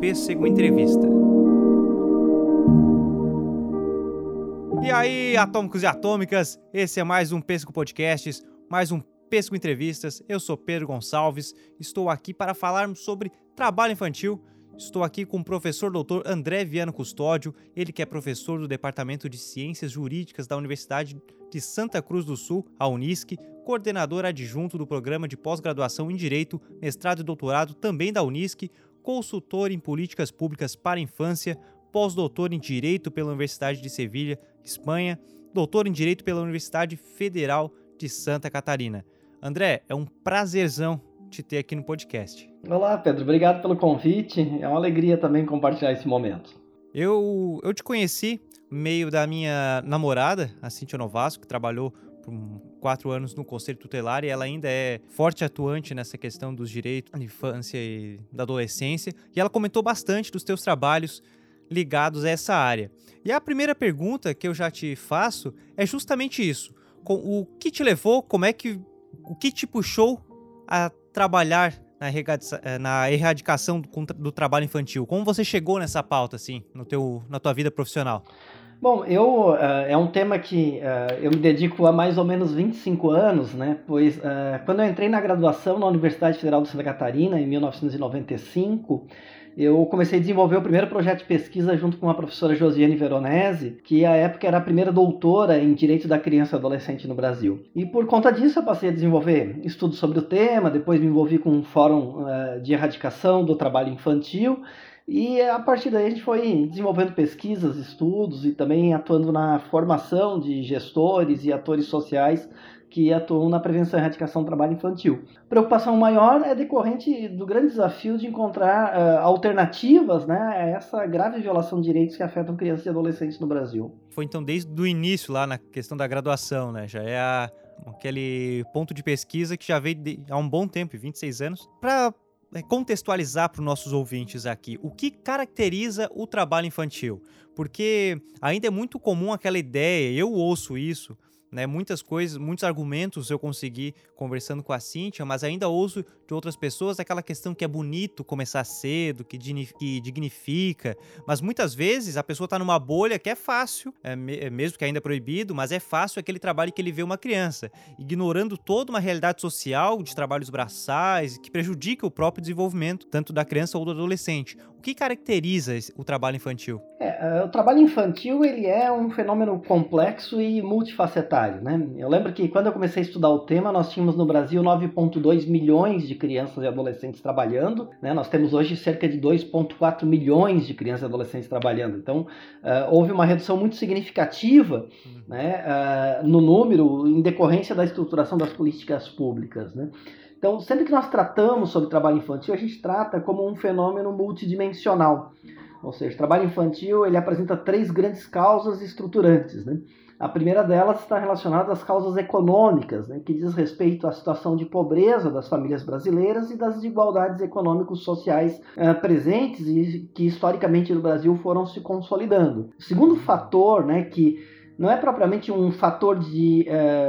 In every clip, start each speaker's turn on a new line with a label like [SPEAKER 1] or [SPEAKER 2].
[SPEAKER 1] Pêssego Entrevista. E aí, atômicos e atômicas, esse é mais um Pêssego Podcasts, mais um Pêssego Entrevistas. Eu sou Pedro Gonçalves, estou aqui para falarmos sobre trabalho infantil. Estou aqui com o professor Dr. André Viana Custódio, ele que é professor do Departamento de Ciências Jurídicas da Universidade de Santa Cruz do Sul, a Unisc, coordenador adjunto do Programa de Pós-Graduação em Direito, Mestrado e Doutorado também da Unisc, consultor em Políticas Públicas para a Infância, pós-doutor em Direito pela Universidade de Sevilha, Espanha, doutor em Direito pela Universidade Federal de Santa Catarina. André, é um prazerzão te ter aqui no podcast.
[SPEAKER 2] Olá, Pedro. Obrigado pelo convite. É uma alegria também compartilhar esse momento.
[SPEAKER 1] Eu te conheci no meio da minha namorada, a Cíntia Novasco, que trabalhou por 4 anos no Conselho Tutelar e ela ainda é forte atuante nessa questão dos direitos da infância e da adolescência. E ela comentou bastante dos teus trabalhos ligados a essa área. E a primeira pergunta que eu já te faço é justamente isso. O que te levou, o que te puxou a trabalhar na erradicação do trabalho infantil? Como você chegou nessa pauta, assim, na tua vida profissional?
[SPEAKER 2] Bom, é um tema que eu me dedico há mais ou menos 25 anos, né? Pois quando eu entrei na graduação na Universidade Federal de Santa Catarina, em 1995, eu comecei a desenvolver o primeiro projeto de pesquisa junto com a professora Josiane Veronese, que à época era a primeira doutora em Direito da Criança e Adolescente no Brasil. E por conta disso eu passei a desenvolver estudos sobre o tema, depois me envolvi com um fórum de erradicação do trabalho infantil, e a partir daí a gente foi desenvolvendo pesquisas, estudos e também atuando na formação de gestores e atores sociais que atuam na prevenção e erradicação do trabalho infantil. A preocupação maior é decorrente do grande desafio de encontrar alternativas, né, a essa grave violação de direitos que afetam crianças e adolescentes no Brasil.
[SPEAKER 1] Foi então desde o início lá na questão da graduação, né? Já é aquele ponto de pesquisa que já veio há um bom tempo, 26 anos. Para contextualizar para os nossos ouvintes aqui, o que caracteriza o trabalho infantil? Porque ainda é muito comum aquela ideia, eu ouço isso, né, muitas coisas, muitos argumentos eu consegui conversando com a Cíntia, mas ainda ouço de outras pessoas aquela questão que é bonito começar cedo, que dignifica, mas muitas vezes a pessoa está numa bolha que é fácil, mesmo que ainda é proibido, mas é fácil aquele trabalho que ele vê uma criança, ignorando toda uma realidade social de trabalhos braçais que prejudica o próprio desenvolvimento, tanto da criança ou do adolescente. O que caracteriza o trabalho infantil?
[SPEAKER 2] O trabalho infantil ele é um fenômeno complexo e multifacetário, né? Eu lembro que quando eu comecei a estudar o tema, nós tínhamos no Brasil 9,2 milhões de crianças e adolescentes trabalhando, né? Nós temos hoje cerca de 2,4 milhões de crianças e adolescentes trabalhando. Então, houve uma redução muito significativa, né, no número em decorrência da estruturação das políticas públicas, né? Então, sempre que nós tratamos sobre trabalho infantil, a gente trata como um fenômeno multidimensional. Ou seja, o trabalho infantil ele apresenta 3 grandes causas estruturantes, né? A primeira delas está relacionada às causas econômicas, né, que diz respeito à situação de pobreza das famílias brasileiras e das desigualdades econômicos sociais presentes e que historicamente no Brasil foram se consolidando. O segundo fator, né, que não é propriamente um fator de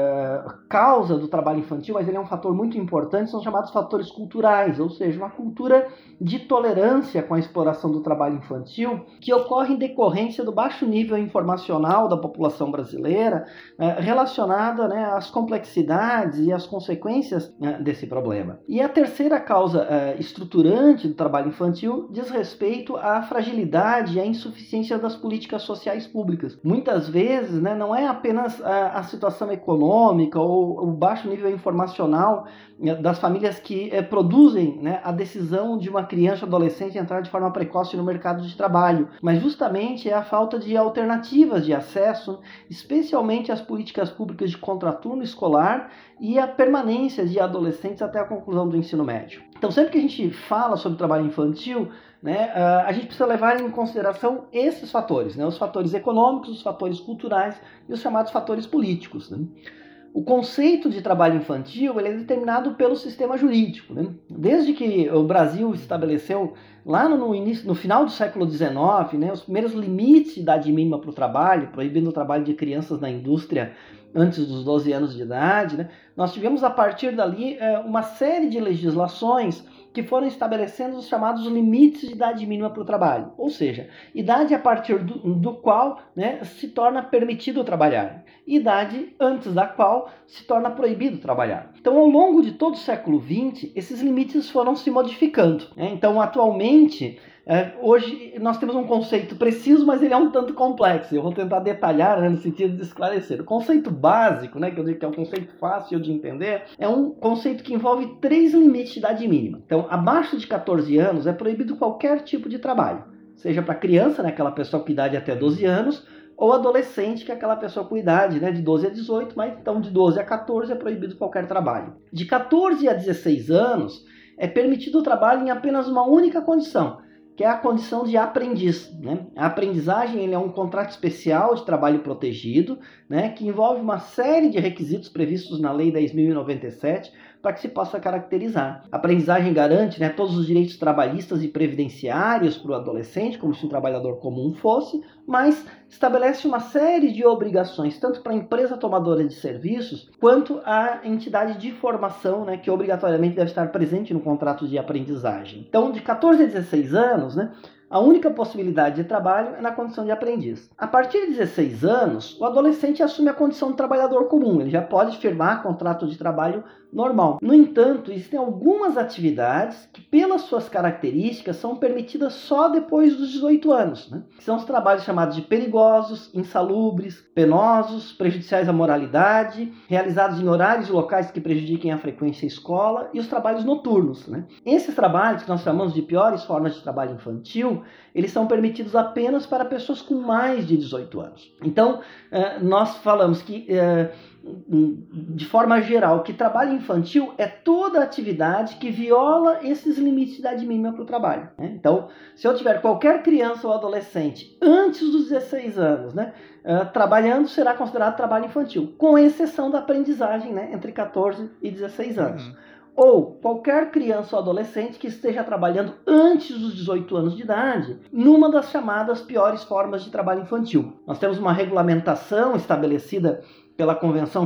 [SPEAKER 2] causa do trabalho infantil, mas ele é um fator muito importante, são chamados fatores culturais, ou seja, uma cultura de tolerância com a exploração do trabalho infantil que ocorre em decorrência do baixo nível informacional da população brasileira relacionada, né, às complexidades e às consequências desse problema. E a terceira causa estruturante do trabalho infantil diz respeito à fragilidade e à insuficiência das políticas sociais públicas. Muitas vezes, né, não é apenas a situação econômica ou o baixo nível informacional das famílias que produzem, né, a decisão de uma criança ou adolescente entrar de forma precoce no mercado de trabalho, mas justamente é a falta de alternativas de acesso, especialmente às políticas públicas de contraturno escolar e a permanência de adolescentes até a conclusão do ensino médio. Então, sempre que a gente fala sobre trabalho infantil, né, a gente precisa levar em consideração esses fatores, né, os fatores econômicos, os fatores culturais e os chamados fatores políticos, né? O conceito de trabalho infantil ele é determinado pelo sistema jurídico, né? Desde que o Brasil estabeleceu, lá no final do século XIX, né, os primeiros limites de idade mínima para o trabalho, proibindo o trabalho de crianças na indústria antes dos 12 anos de idade, né, nós tivemos a partir dali uma série de legislações que foram estabelecendo os chamados limites de idade mínima para o trabalho, ou seja, idade a partir do qual, né, se torna permitido trabalhar, idade antes da qual se torna proibido trabalhar. Então, ao longo de todo o século XX, esses limites foram se modificando, né? Então, atualmente, hoje nós temos um conceito preciso, mas ele é um tanto complexo. Eu vou tentar detalhar, né, no sentido de esclarecer. O conceito básico, né, que eu digo que é um conceito fácil de entender, é um conceito que envolve 3 limites de idade mínima. Então, abaixo de 14 anos é proibido qualquer tipo de trabalho, seja para criança, né, aquela pessoa com idade até 12 anos, ou adolescente, que é aquela pessoa com idade, né, de 12 a 18, mas então de 12 a 14 é proibido qualquer trabalho. De 14 a 16 anos é permitido o trabalho em apenas uma única condição, que é a condição de aprendiz, né? A aprendizagem ele é um contrato especial de trabalho protegido, né, que envolve uma série de requisitos previstos na Lei 10.097 para que se possa caracterizar. A aprendizagem garante, né, todos os direitos trabalhistas e previdenciários para o adolescente, como se um trabalhador comum fosse, mas estabelece uma série de obrigações, tanto para a empresa tomadora de serviços, quanto a entidade de formação, né, que obrigatoriamente deve estar presente no contrato de aprendizagem. Então, de 14 a 16 anos, né, a única possibilidade de trabalho é na condição de aprendiz. A partir de 16 anos, o adolescente assume a condição de trabalhador comum, ele já pode firmar contrato de trabalho normal. No entanto, existem algumas atividades que, pelas suas características, são permitidas só depois dos 18 anos, né? Que são os trabalhos chamados de perigosos, insalubres, penosos, prejudiciais à moralidade, realizados em horários e locais que prejudiquem a frequência à escola, e os trabalhos noturnos, né? Esses trabalhos, que nós chamamos de piores formas de trabalho infantil, eles são permitidos apenas para pessoas com mais de 18 anos. Então, nós falamos que, de forma geral, que trabalho infantil é toda atividade que viola esses limites de idade mínima para o trabalho, né? Então, se eu tiver qualquer criança ou adolescente antes dos 16 anos, né, trabalhando, será considerado trabalho infantil, com exceção da aprendizagem, né, entre 14 e 16 anos. Ou qualquer criança ou adolescente que esteja trabalhando antes dos 18 anos de idade, numa das chamadas piores formas de trabalho infantil. Nós temos uma regulamentação estabelecida pela Convenção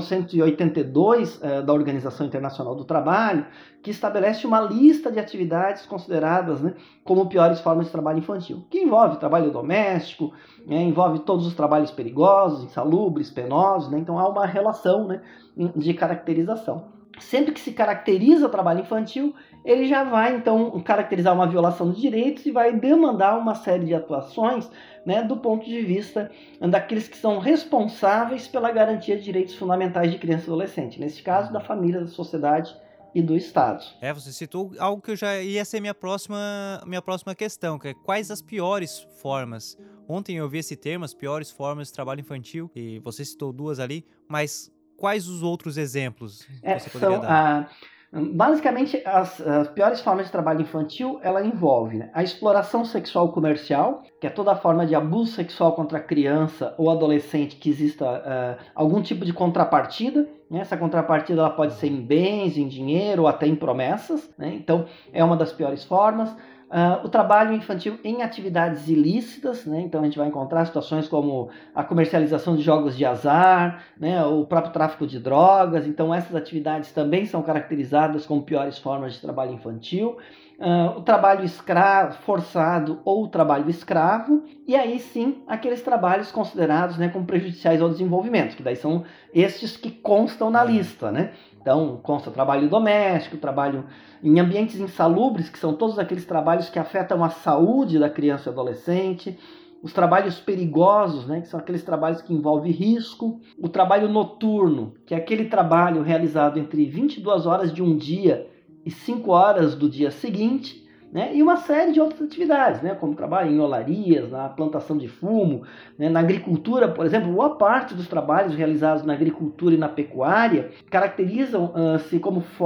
[SPEAKER 2] 182 da Organização Internacional do Trabalho, que estabelece uma lista de atividades consideradas, né, como piores formas de trabalho infantil, que envolve trabalho doméstico, né, envolve todos os trabalhos perigosos, insalubres, penosos, né? Então há uma relação, né, de caracterização. Sempre que se caracteriza o trabalho infantil, ele já vai, então, caracterizar uma violação de direitos e vai demandar uma série de atuações, né, do ponto de vista daqueles que são responsáveis pela garantia de direitos fundamentais de criança e adolescente. Nesse caso, da família, da sociedade e do Estado.
[SPEAKER 1] Você citou algo que eu já ia ser minha próxima questão, que é quais as piores formas. Ontem eu ouvi esse termo, as piores formas de trabalho infantil, e você citou 2 ali, mas quais os outros exemplos que você poderia dar?
[SPEAKER 2] Basicamente, as piores formas de trabalho infantil, ela envolve, né, a exploração sexual comercial, que é toda forma de abuso sexual contra a criança ou adolescente que exista algum tipo de contrapartida, né? Essa contrapartida ela pode ser em bens, em dinheiro ou até em promessas, né? Então, é uma das piores formas. O trabalho infantil em atividades ilícitas, né? Então a gente vai encontrar situações como a comercialização de jogos de azar, né? O próprio tráfico de drogas. Então essas atividades também são caracterizadas como piores formas de trabalho infantil. O trabalho escravo, forçado ou o trabalho escravo, e aí sim aqueles trabalhos considerados, né, como prejudiciais ao desenvolvimento, que daí são estes que constam na lista, né? Então consta trabalho doméstico, trabalho em ambientes insalubres, que são todos aqueles trabalhos que afetam a saúde da criança e adolescente, os trabalhos perigosos, né, que são aqueles trabalhos que envolvem risco, o trabalho noturno, que é aquele trabalho realizado entre 22 horas de um dia e 5 horas do dia seguinte, né, e uma série de outras atividades, né, como trabalho em olarias, na plantação de fumo, né, na agricultura, por exemplo. Boa parte dos trabalhos realizados na agricultura e na pecuária caracterizam-se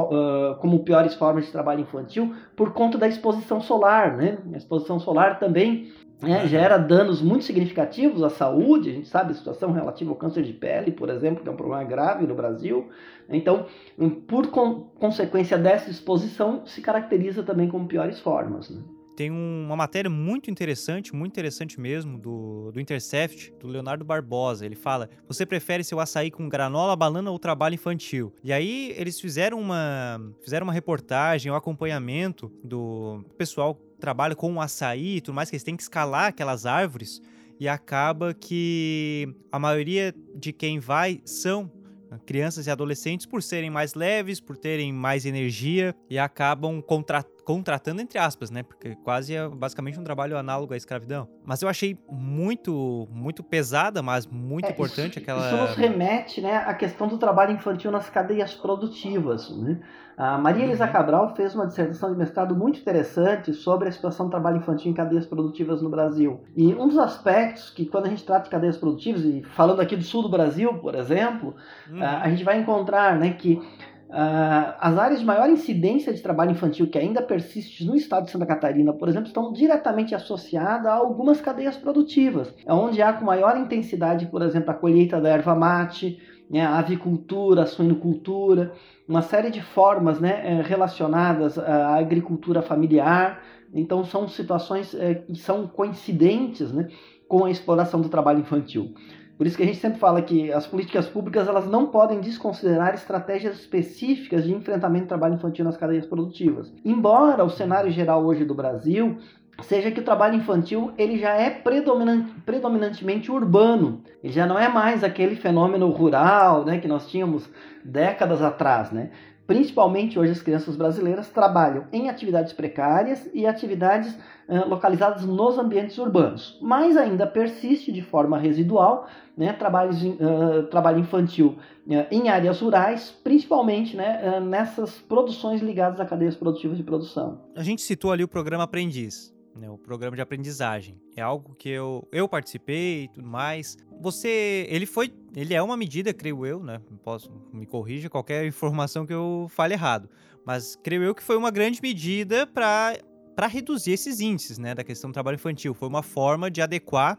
[SPEAKER 2] como piores formas de trabalho infantil por conta da exposição solar, né? A exposição solar também, né, gera danos muito significativos à saúde. A gente sabe a situação relativa ao câncer de pele, por exemplo, que é um problema grave no Brasil. Então, por consequência dessa exposição, se caracteriza também como piores formas, né?
[SPEAKER 1] tem uma matéria muito interessante mesmo, do Intercept, do Leonardo Barbosa. Ele fala: você prefere seu açaí com granola, banana ou trabalho infantil? E aí eles fizeram uma reportagem, um acompanhamento do pessoal que trabalha com o açaí e tudo mais, que eles têm que escalar aquelas árvores, e acaba que a maioria de quem vai são crianças e adolescentes, por serem mais leves, por terem mais energia, e acabam contratando, entre aspas, né? Porque quase é basicamente um trabalho análogo à escravidão. Mas eu achei muito, muito pesada, mas muito importante aquela...
[SPEAKER 2] Isso nos remete, né, à questão do trabalho infantil nas cadeias produtivas, né? A Maria Elisa Cabral fez uma dissertação de mestrado muito interessante sobre a situação do trabalho infantil em cadeias produtivas no Brasil. E um dos aspectos que, quando a gente trata de cadeias produtivas, e falando aqui do sul do Brasil, por exemplo, a gente vai encontrar, né, que as áreas de maior incidência de trabalho infantil que ainda persiste no estado de Santa Catarina, por exemplo, estão diretamente associadas a algumas cadeias produtivas, onde há com maior intensidade, por exemplo, a colheita da erva mate, né, a avicultura, a suinocultura, uma série de formas, né, relacionadas à agricultura familiar. Então são situações que são coincidentes, né, com a exploração do trabalho infantil. Por isso que a gente sempre fala que as políticas públicas elas não podem desconsiderar estratégias específicas de enfrentamento do trabalho infantil nas cadeias produtivas. Embora o cenário geral hoje do Brasil seja que o trabalho infantil ele já é predominantemente urbano, ele já não é mais aquele fenômeno rural, né, que nós tínhamos décadas atrás, né? Principalmente hoje as crianças brasileiras trabalham em atividades precárias e atividades localizadas nos ambientes urbanos, mas ainda persiste de forma residual, né, trabalho infantil em áreas rurais, principalmente, né, nessas produções ligadas a cadeias produtivas de produção.
[SPEAKER 1] A gente citou ali o programa Aprendiz, né, o programa de aprendizagem. É algo que eu participei e tudo mais. Ele é uma medida, creio eu, né? Me corrija qualquer informação que eu fale errado. Mas creio eu que foi uma grande medida para reduzir esses índices, né, da questão do trabalho infantil. Foi uma forma de adequar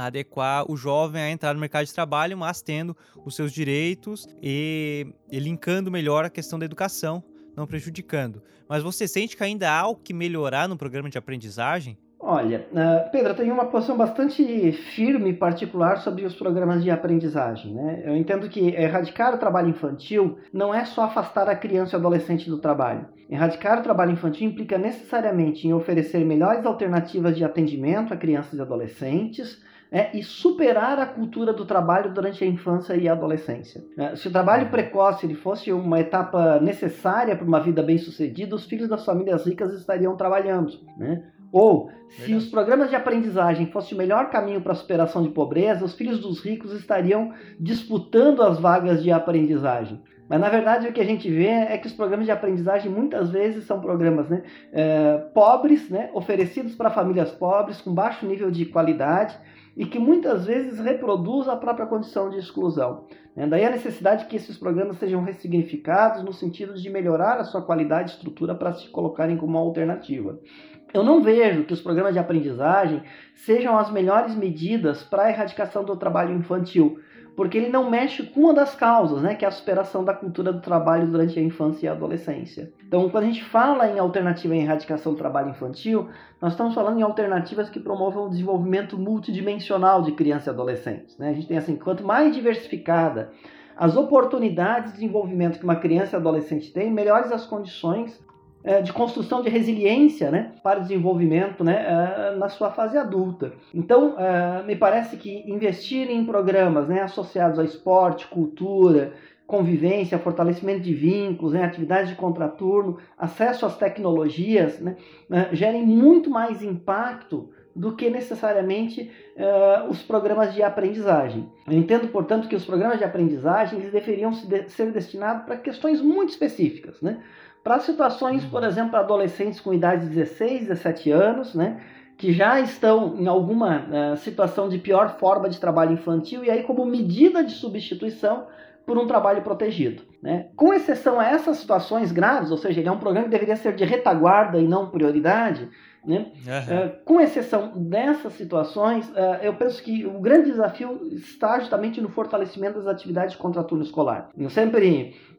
[SPEAKER 1] o jovem a entrar no mercado de trabalho, mas tendo os seus direitos e linkando melhor a questão da educação, não prejudicando. Mas você sente que ainda há algo que melhorar no programa de aprendizagem?
[SPEAKER 2] Olha, Pedro, eu tenho uma posição bastante firme e particular sobre os programas de aprendizagem, né? Eu entendo que erradicar o trabalho infantil não é só afastar a criança e o adolescente do trabalho. Erradicar o trabalho infantil implica necessariamente em oferecer melhores alternativas de atendimento a crianças e adolescentes, e superar a cultura do trabalho durante a infância e a adolescência. Se o trabalho precoce ele fosse uma etapa necessária para uma vida bem-sucedida, os filhos das famílias ricas estariam trabalhando, né? Ou, se os programas de aprendizagem fossem o melhor caminho para a superação de pobreza, os filhos dos ricos estariam disputando as vagas de aprendizagem. Mas, na verdade, o que a gente vê é que os programas de aprendizagem muitas vezes são programas, né, pobres, né, oferecidos para famílias pobres, com baixo nível de qualidade, e que muitas vezes reproduz a própria condição de exclusão. Daí a necessidade que esses programas sejam ressignificados no sentido de melhorar a sua qualidade e estrutura para se colocarem como uma alternativa. Eu não vejo que os programas de aprendizagem sejam as melhores medidas para a erradicação do trabalho infantil, porque ele não mexe com uma das causas, né, que é a superação da cultura do trabalho durante a infância e a adolescência. Então, quando a gente fala em alternativa em erradicação do trabalho infantil, nós estamos falando em alternativas que promovam o desenvolvimento multidimensional de crianças e adolescentes, né? A gente tem assim, quanto mais diversificada as oportunidades de desenvolvimento que uma criança e adolescente tem, melhores as condições de construção de resiliência, né, para o desenvolvimento, né, na sua fase adulta. Então, me parece que investir em programas, né, associados a esporte, cultura, convivência, fortalecimento de vínculos, né, atividades de contraturno, acesso às tecnologias, né, gerem muito mais impacto do que necessariamente os programas de aprendizagem. Eu entendo, portanto, que os programas de aprendizagem eles deveriam ser destinados para questões muito específicas, né? Para situações, por exemplo, adolescentes com idade de 16, 17 anos, né, que já estão em alguma situação de pior forma de trabalho infantil e aí como medida de substituição por um trabalho protegido, né? Com exceção a essas situações graves, ou seja, ele é um programa que deveria ser de retaguarda e não prioridade, né? Com exceção dessas situações, eu penso que o grande desafio está justamente no fortalecimento das atividades de contraturno escolar. Eu sempre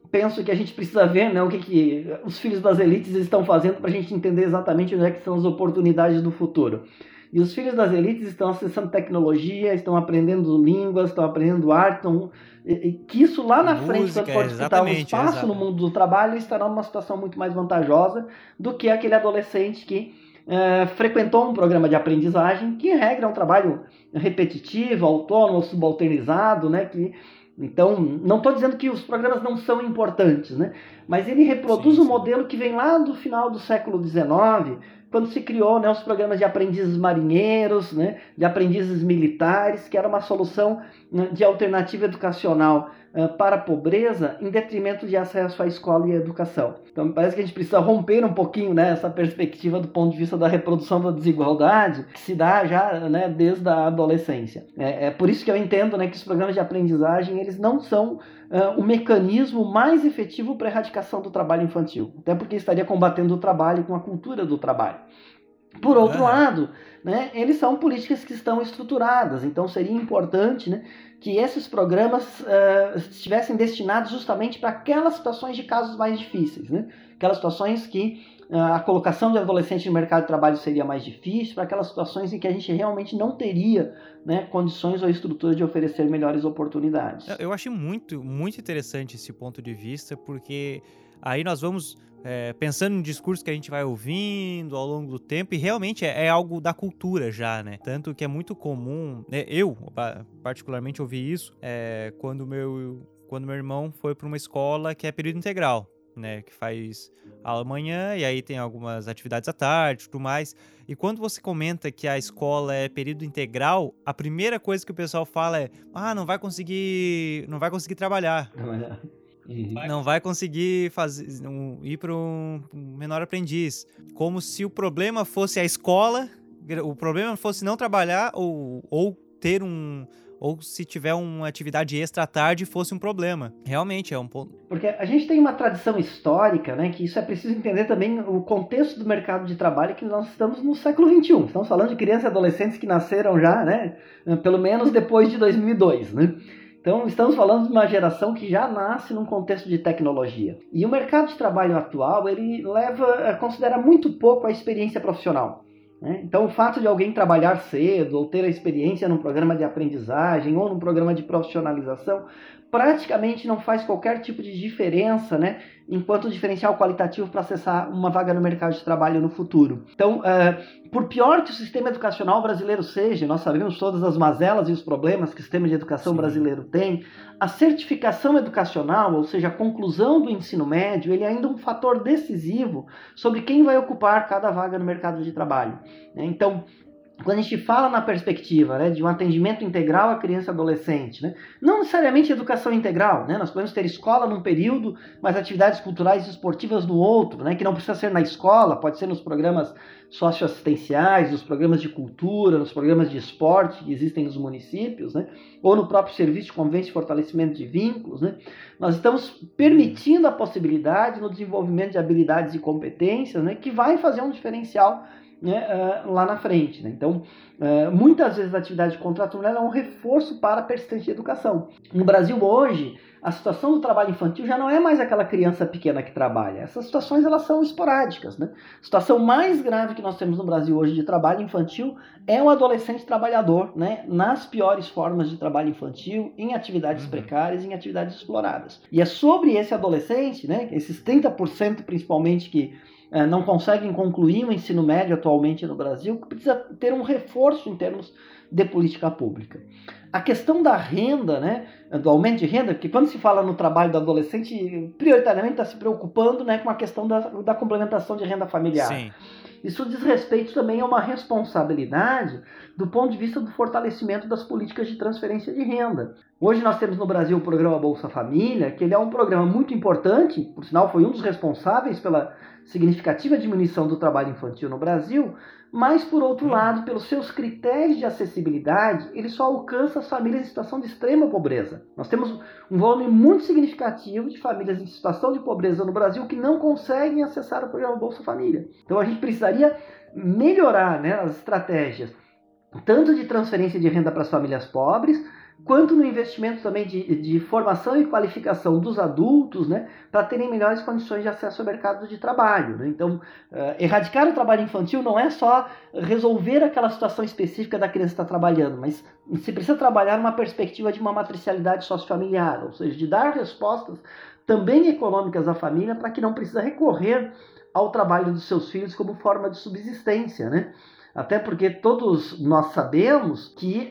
[SPEAKER 2] penso que a gente precisa ver, né, o que os filhos das elites estão fazendo para a gente entender exatamente onde é que são as oportunidades do futuro. E os filhos das elites estão acessando tecnologia, estão aprendendo línguas, estão aprendendo arte, que isso lá na frente, quando for disputar um espaço no mundo do trabalho, estará numa situação muito mais vantajosa do que aquele adolescente que frequentou um programa de aprendizagem, que em regra é um trabalho repetitivo, autônomo, subalternizado, né, então, não estou dizendo que os programas não são importantes, né? Mas ele reproduz um modelo que vem lá do final do século XIX, quando se criou, né, os programas de aprendizes marinheiros, né, de aprendizes militares, que era uma solução, né, de alternativa educacional para a pobreza, em detrimento de acesso à escola e à educação. Então, me parece que a gente precisa romper um pouquinho, né, essa perspectiva do ponto de vista da reprodução da desigualdade, que se dá já, né, desde a adolescência. É por isso que eu entendo, né, que os programas de aprendizagem eles não são o mecanismo mais efetivo para a erradicação do trabalho infantil, até porque estaria combatendo o trabalho com a cultura do trabalho. Por outro lado, né, eles são políticas que estão estruturadas, então seria importante, né, que esses programas estivessem destinados justamente para aquelas situações de casos mais difíceis, né? Aquelas situações que a colocação de adolescente no mercado de trabalho seria mais difícil, para aquelas situações em que a gente realmente não teria, né, condições ou estrutura de oferecer melhores oportunidades.
[SPEAKER 1] Eu achei muito, muito interessante esse ponto de vista, porque aí nós vamos pensando no discurso que a gente vai ouvindo ao longo do tempo, e realmente é algo da cultura já, né? Tanto que é muito comum, eu particularmente ouvi isso quando meu irmão foi para uma escola que é período integral, né? Que faz aula amanhã e aí tem algumas atividades à tarde e tudo mais. E quando você comenta que a escola é período integral, a primeira coisa que o pessoal fala é: não vai conseguir trabalhar. Não vai conseguir ir para um menor aprendiz. Como se o problema fosse a escola, o problema fosse não trabalhar ou ter ou se tiver uma atividade extra à tarde fosse um problema. Realmente é um ponto.
[SPEAKER 2] Porque a gente tem uma tradição histórica, né, que isso é preciso entender também o contexto do mercado de trabalho, que nós estamos no século XXI. Estamos falando de crianças e adolescentes que nasceram já, né, pelo menos depois de 2002, né? Então, estamos falando de uma geração que já nasce num contexto de tecnologia. E o mercado de trabalho atual, ele considera muito pouco a experiência profissional. Então, o fato de alguém trabalhar cedo ou ter a experiência num programa de aprendizagem ou num programa de profissionalização praticamente não faz qualquer tipo de diferença, né, enquanto diferencial qualitativo para acessar uma vaga no mercado de trabalho no futuro. Então, por pior que o sistema educacional brasileiro seja, nós sabemos todas as mazelas e os problemas que o sistema de educação brasileiro tem, a certificação educacional, ou seja, a conclusão do ensino médio, ele é ainda um fator decisivo sobre quem vai ocupar cada vaga no mercado de trabalho. Então, quando a gente fala na perspectiva, né, de um atendimento integral à criança e adolescente, né, não necessariamente educação integral, né, nós podemos ter escola num período, mas atividades culturais e esportivas no outro, né, que não precisa ser na escola, pode ser nos programas socioassistenciais, nos programas de cultura, nos programas de esporte que existem nos municípios, né, ou no próprio serviço de convivência e fortalecimento de vínculos. Né, nós estamos permitindo a possibilidade no desenvolvimento de habilidades e competências, né, que vai fazer um diferencial, né, lá na frente. Né? Então, muitas vezes a atividade contratual é um reforço para a persistência de educação. No Brasil hoje, a situação do trabalho infantil já não é mais aquela criança pequena que trabalha. Essas situações elas são esporádicas. Né? A situação mais grave que nós temos no Brasil hoje de trabalho infantil é o adolescente trabalhador, né? Nas piores formas de trabalho infantil, em atividades precárias, em atividades exploradas. E é sobre esse adolescente, né, esses 30% principalmente que não conseguem concluir o ensino médio atualmente no Brasil, que precisa ter um reforço em termos de política pública. A questão da renda, né, do aumento de renda, que quando se fala no trabalho do adolescente, prioritariamente está se preocupando, né, com a questão da complementação de renda familiar.
[SPEAKER 1] Sim.
[SPEAKER 2] Isso diz respeito também a uma responsabilidade do ponto de vista do fortalecimento das políticas de transferência de renda. Hoje nós temos no Brasil o programa Bolsa Família, que ele é um programa muito importante, por sinal foi um dos responsáveis pela significativa diminuição do trabalho infantil no Brasil, mas, por outro lado, pelos seus critérios de acessibilidade, ele só alcança as famílias em situação de extrema pobreza. Nós temos um volume muito significativo de famílias em situação de pobreza no Brasil que não conseguem acessar o programa Bolsa Família. Então, a gente precisaria melhorar, né, as estratégias, tanto de transferência de renda para as famílias pobres, quanto no investimento também de formação e qualificação dos adultos, né, para terem melhores condições de acesso ao mercado de trabalho. Né? Então, erradicar o trabalho infantil não é só resolver aquela situação específica da criança que está trabalhando, mas se precisa trabalhar numa perspectiva de uma matricialidade sociofamiliar, ou seja, de dar respostas também econômicas à família para que não precisa recorrer ao trabalho dos seus filhos como forma de subsistência, né? Até porque todos nós sabemos que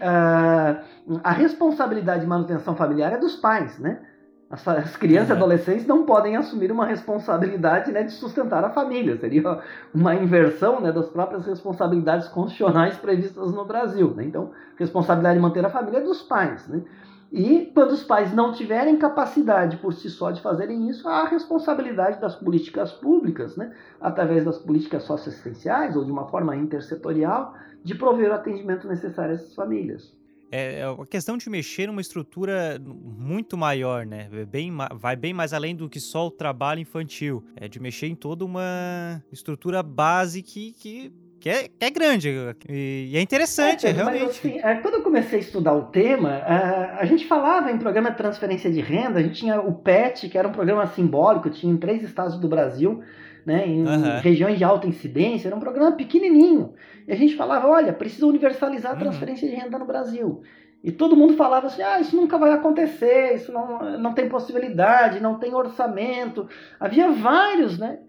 [SPEAKER 2] a responsabilidade de manutenção familiar é dos pais, né? As crianças e adolescentes não podem assumir uma responsabilidade, né, de sustentar a família. Seria uma inversão, né, das próprias responsabilidades constitucionais previstas no Brasil. Né? Então, a responsabilidade de manter a família é dos pais. Né? E quando os pais não tiverem capacidade por si só de fazerem isso, há a responsabilidade das políticas públicas, né, através das políticas socioassistenciais ou de uma forma intersetorial, de prover o atendimento necessário a essas famílias.
[SPEAKER 1] É a questão de mexer numa estrutura muito maior, né? Vai bem mais além do que só o trabalho infantil. É de mexer em toda uma estrutura base que é grande e é interessante, realmente.
[SPEAKER 2] Mas, assim, quando eu comecei a estudar o tema, a gente falava em programa de transferência de renda, a gente tinha o PET, que era um programa simbólico, tinha em 3 estados do Brasil, né, em regiões de alta incidência, era um programa pequenininho. E a gente falava, olha, precisa universalizar a transferência de renda no Brasil. E todo mundo falava assim, isso nunca vai acontecer, isso não tem possibilidade, não tem orçamento. Havia vários, né?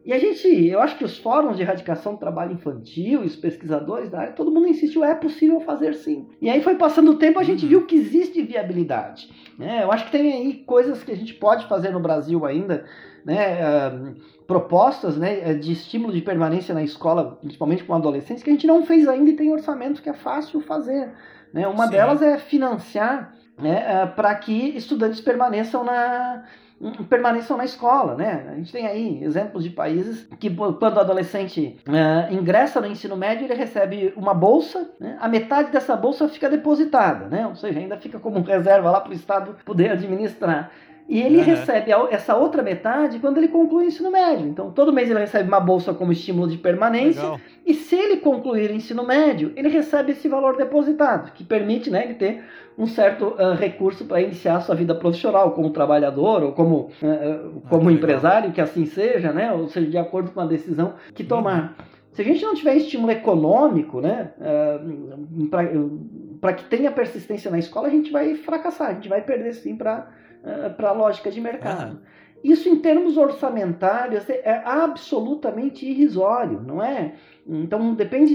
[SPEAKER 2] E eu acho que os fóruns de erradicação do trabalho infantil e os pesquisadores da área, todo mundo insistiu, é possível fazer sim. E aí foi passando o tempo, a gente viu que existe viabilidade. Né? Eu acho que tem aí coisas que a gente pode fazer no Brasil ainda, né? Propostas, né, de estímulo de permanência na escola, principalmente com adolescentes, que a gente não fez ainda e tem orçamento que é fácil fazer. Né? Uma delas é financiar, né, para que estudantes permaneçam na escola, né? A gente tem aí exemplos de países que, quando o adolescente ingressa no ensino médio, ele recebe uma bolsa, né? A metade dessa bolsa fica depositada, né? Ou seja, ainda fica como reserva lá para o Estado poder administrar. E ele recebe essa outra metade quando ele conclui o ensino médio. Então, todo mês ele recebe uma bolsa como estímulo de permanência. Legal. E se ele concluir o ensino médio, ele recebe esse valor depositado, que permite, né, ele ter um certo recurso para iniciar a sua vida profissional, como trabalhador ou como empresário, que assim seja, né? Ou seja, de acordo com a decisão que tomar. Se a gente não tiver estímulo econômico, né, para que tenha persistência na escola, a gente vai fracassar, a gente vai perder sim para a lógica de mercado. Isso, em termos orçamentários, é absolutamente irrisório, não é? Então, depende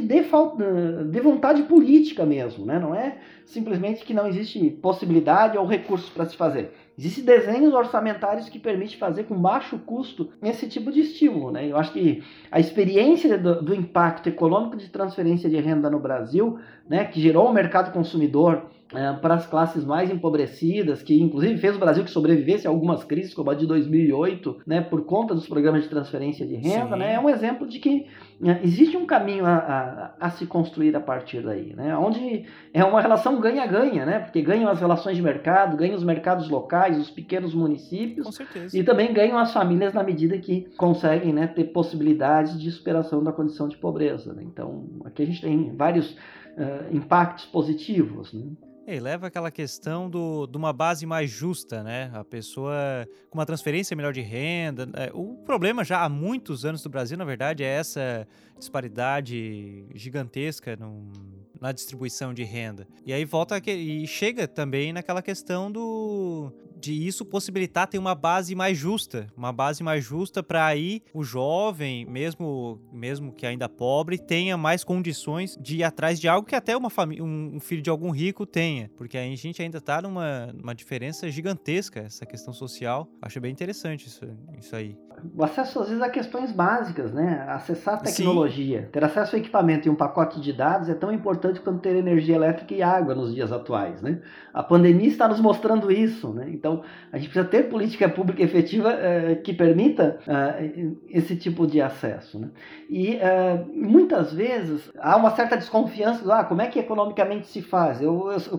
[SPEAKER 2] de vontade política mesmo, né? Não é simplesmente que não existe possibilidade ou recursos para se fazer. Existem desenhos orçamentários que permitem fazer com baixo custo esse tipo de estímulo, né? Eu acho que a experiência do impacto econômico de transferência de renda no Brasil, né, que gerou um mercado consumidor para as classes mais empobrecidas, que inclusive fez o Brasil que sobrevivesse a algumas crises, como a de 2008, né, por conta dos programas de transferência de renda, né, é um exemplo de que existe um caminho a se construir a partir daí, né, onde é uma relação ganha-ganha, né, porque ganham as relações de mercado, ganham os mercados locais, os pequenos municípios,
[SPEAKER 1] com certeza.
[SPEAKER 2] E também ganham as famílias na medida que conseguem, né, ter possibilidades de superação da condição de pobreza. Né. Então, aqui a gente tem vários impactos positivos, né.
[SPEAKER 1] E leva aquela questão de uma base mais justa, né? A pessoa com uma transferência melhor de renda. O problema já há muitos anos no Brasil, na verdade, é essa disparidade gigantesca na distribuição de renda. E aí e chega também naquela questão de isso possibilitar ter uma base mais justa para aí o jovem, mesmo que ainda pobre, tenha mais condições de ir atrás de algo que até um filho de algum rico tenha, porque aí a gente ainda tá numa diferença gigantesca, essa questão social. Acho bem interessante isso aí.
[SPEAKER 2] O acesso, às vezes, a questões básicas, né? Acessar a tecnologia, Sim. Ter acesso ao equipamento e um pacote de dados é tão importante quanto ter energia elétrica e água nos dias atuais, né? A pandemia está nos mostrando isso, né? Então, a gente precisa ter política pública efetiva que permita esse tipo de acesso, né? E muitas vezes há uma certa desconfiança, como é que economicamente se faz? Eu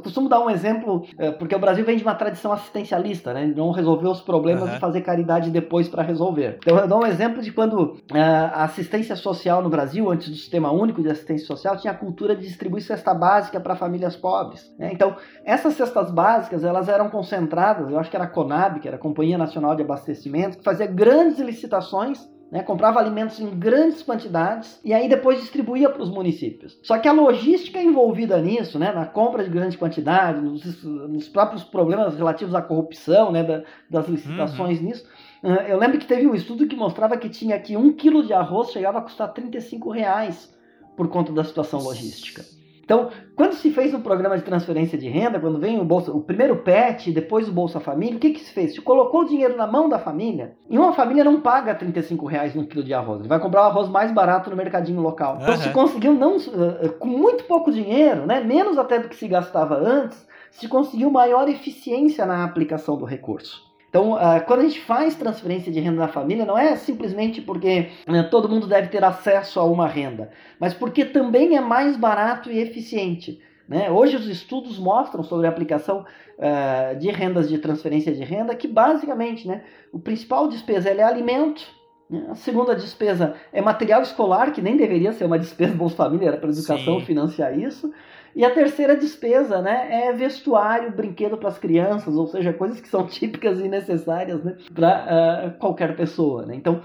[SPEAKER 2] costumo dar um exemplo, porque o Brasil vem de uma tradição assistencialista, né? Não resolver os problemas e fazer caridade depois para resolver. Então eu dou um exemplo de quando a assistência social no Brasil, antes do Sistema Único de Assistência Social, tinha a cultura de distribuir cesta básica para famílias pobres, né? Então essas cestas básicas, elas eram concentradas, eu acho que era a Conab, que era a Companhia Nacional de Abastecimento, que fazia grandes licitações, né, comprava alimentos em grandes quantidades e aí depois distribuía para os municípios. Só que a logística envolvida nisso, né, na compra de grande quantidade, nos próprios problemas relativos à corrupção, né, das licitações nisso, eu lembro que teve um estudo que mostrava que tinha que 1 quilo de arroz chegava a custar R$35 por conta da situação logística. Então, quando se fez um programa de transferência de renda, quando vem o primeiro PET, depois o Bolsa Família, o que se fez? Se colocou o dinheiro na mão da família, e uma família não paga R$35 num quilo de arroz, ele vai comprar o arroz mais barato no mercadinho local. Então se conseguiu, com muito pouco dinheiro, né, menos até do que se gastava antes, se conseguiu maior eficiência na aplicação do recurso. Então, quando a gente faz transferência de renda na família, não é simplesmente porque todo mundo deve ter acesso a uma renda, mas porque também é mais barato e eficiente, né? Hoje os estudos mostram sobre a aplicação de rendas de transferência de renda que basicamente, né, o principal despesa é alimento, né? A segunda despesa é material escolar, que nem deveria ser uma despesa Bolsa Família, era para a educação financiar isso. E a terceira despesa, né, é vestuário, brinquedo para as crianças, ou seja, coisas que são típicas e necessárias, né, para qualquer pessoa, né? Então,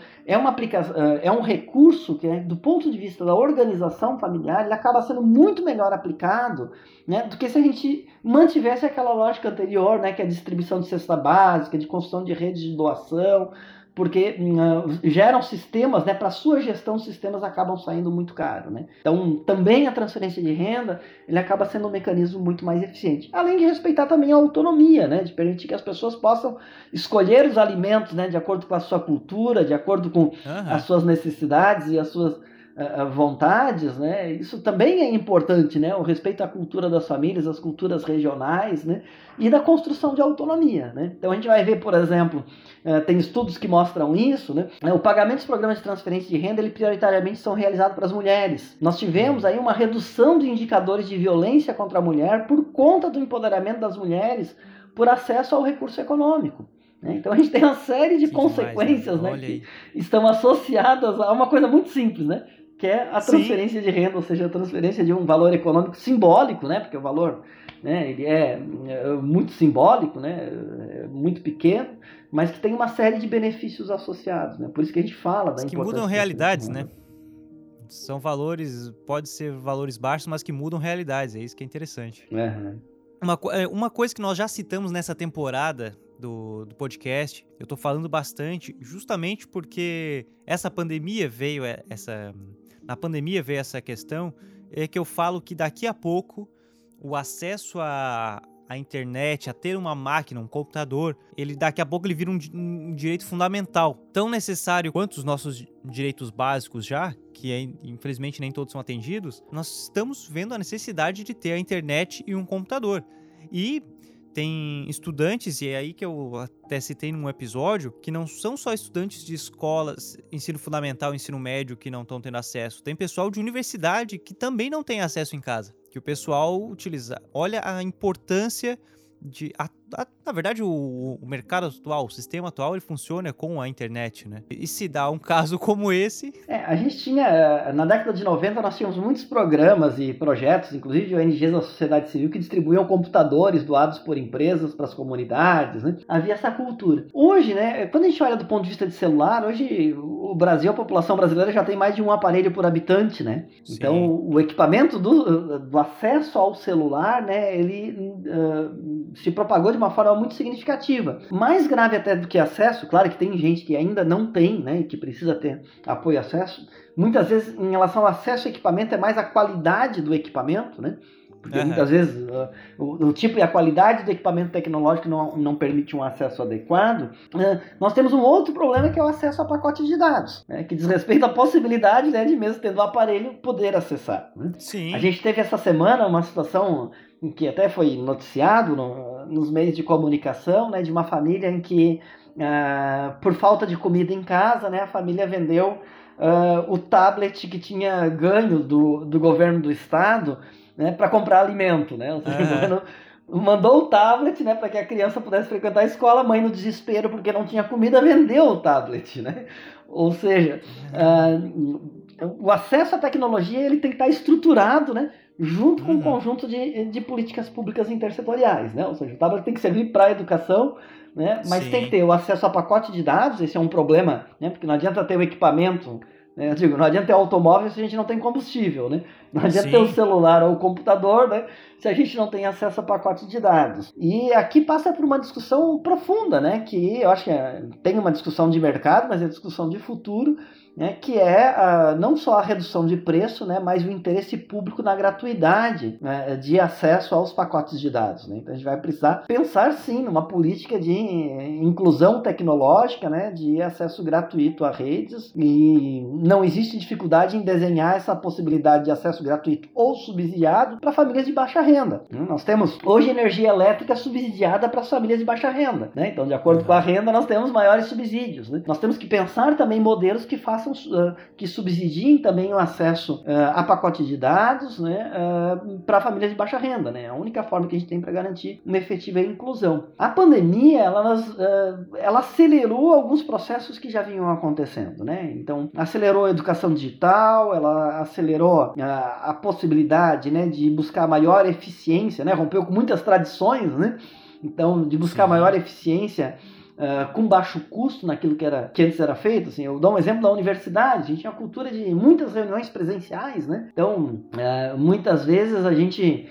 [SPEAKER 2] é um recurso que, do ponto de vista da organização familiar, ele acaba sendo muito melhor aplicado, né, do que se a gente mantivesse aquela lógica anterior, né, que é a distribuição de cesta básica, de construção de redes de doação, porque geram sistemas, né, para sua gestão, os sistemas acabam saindo muito caro, né? Então, também a transferência de renda, ele acaba sendo um mecanismo muito mais eficiente. Além de respeitar também a autonomia, né, de permitir que as pessoas possam escolher os alimentos, né, de acordo com a sua cultura, de acordo com as suas necessidades e as suas vontades, né? Isso também é importante, né? O respeito à cultura das famílias, às culturas regionais, né? E da construção de autonomia, né? Então a gente vai ver, por exemplo, tem estudos que mostram isso, né? O pagamento dos programas de transferência de renda, ele prioritariamente são realizados para as mulheres. Nós tivemos aí uma redução de indicadores de violência contra a mulher por conta do empoderamento das mulheres por acesso ao recurso econômico. Então a gente tem uma série de consequências, né, que estão associadas a uma coisa muito simples, né, que é a transferência de renda, ou seja, a transferência de um valor econômico simbólico, né, porque o valor, né, ele é muito simbólico, né, muito pequeno, mas que tem uma série de benefícios associados, né, por isso que a gente fala da importância.
[SPEAKER 1] Que mudam realidades, né? São valores, pode ser valores baixos, mas que mudam realidades, é isso que é interessante. Uma coisa que nós já citamos nessa temporada do podcast, eu tô falando bastante justamente porque na pandemia veio essa questão, é que eu falo que daqui a pouco o acesso à internet, a ter uma máquina, um computador, daqui a pouco ele vira um direito fundamental, tão necessário quanto os nossos direitos básicos já, que infelizmente nem todos são atendidos. Nós estamos vendo a necessidade de ter a internet e um computador. E tem estudantes, e é aí que eu até citei num episódio, que não são só estudantes de escolas, ensino fundamental, ensino médio, que não estão tendo acesso. Tem pessoal de universidade que também não tem acesso em casa. Que o pessoal utiliza. Olha a importância de... na verdade, o mercado atual, o sistema atual, ele funciona com a internet, né? E se dá um caso como esse...
[SPEAKER 2] A gente tinha... Na década de 90, nós tínhamos muitos programas e projetos, inclusive de ONGs da sociedade civil, que distribuíam computadores doados por empresas para as comunidades, né? Havia essa cultura. Hoje, né, quando a gente olha do ponto de vista de celular, hoje o Brasil, a população brasileira já tem mais de um aparelho por habitante, né? Sim. Então, o equipamento do acesso ao celular, né, ele se propagou de uma forma muito significativa. Mais grave até do que acesso, claro que tem gente que ainda não tem, né, e que precisa ter apoio e acesso. Muitas vezes, em relação ao acesso ao equipamento, é mais a qualidade do equipamento, né? Porque muitas vezes o tipo e a qualidade do equipamento tecnológico não permite um acesso adequado. Nós temos um outro problema, que é o acesso a pacotes de dados, né, que diz respeito à possibilidade, né, de mesmo tendo o aparelho poder acessar, né?
[SPEAKER 1] Sim.
[SPEAKER 2] A gente teve essa semana uma situação em que até foi noticiado nos meios de comunicação, né, de uma família em que, por falta de comida em casa, né, a família vendeu o tablet que tinha ganho do governo do estado, né, para comprar alimento, né? Ou seja, mandou o tablet, né, para que a criança pudesse frequentar a escola. A mãe, no desespero porque não tinha comida, vendeu o tablet, né? Ou seja, o acesso à tecnologia ele tem que estar estruturado, né, junto com um conjunto de políticas públicas intersetoriais, né? Ou seja, o tablet tem que servir para a educação, né? Mas tem que ter o acesso a pacote de dados. Esse é um problema, né? Porque não adianta ter o equipamento, né? Eu digo, não adianta ter automóvel se a gente não tem combustível, né? Não adianta ter o celular ou o computador, né, se a gente não tem acesso a pacote de dados. E aqui passa por uma discussão profunda, né, que eu acho que tem uma discussão de mercado, mas é discussão de futuro, né, que é não só a redução de preço, né, mas o interesse público na gratuidade, né, de acesso aos pacotes de dados, né? Então a gente vai precisar pensar sim numa política de inclusão tecnológica, né, de acesso gratuito a redes, e não existe dificuldade em desenhar essa possibilidade de acesso gratuito ou subsidiado para famílias de baixa renda. Nós temos hoje energia elétrica subsidiada para as famílias de baixa renda, né? Então, de acordo com a renda, nós temos maiores subsídios, né? Nós temos que pensar também modelos que façam, que subsidiem também o acesso a pacote de dados, né, para famílias de baixa renda, né? A única forma que a gente tem para garantir uma efetiva inclusão. A pandemia, ela acelerou alguns processos que já vinham acontecendo, né? Então, acelerou a educação digital, ela acelerou a possibilidade, né, de buscar maior eficiência, né? Rompeu com muitas tradições, né? Então, de buscar maior eficiência com baixo custo naquilo que antes era feito. Assim, eu dou um exemplo da universidade. A gente tinha a cultura de muitas reuniões presenciais, né? Então, muitas vezes a gente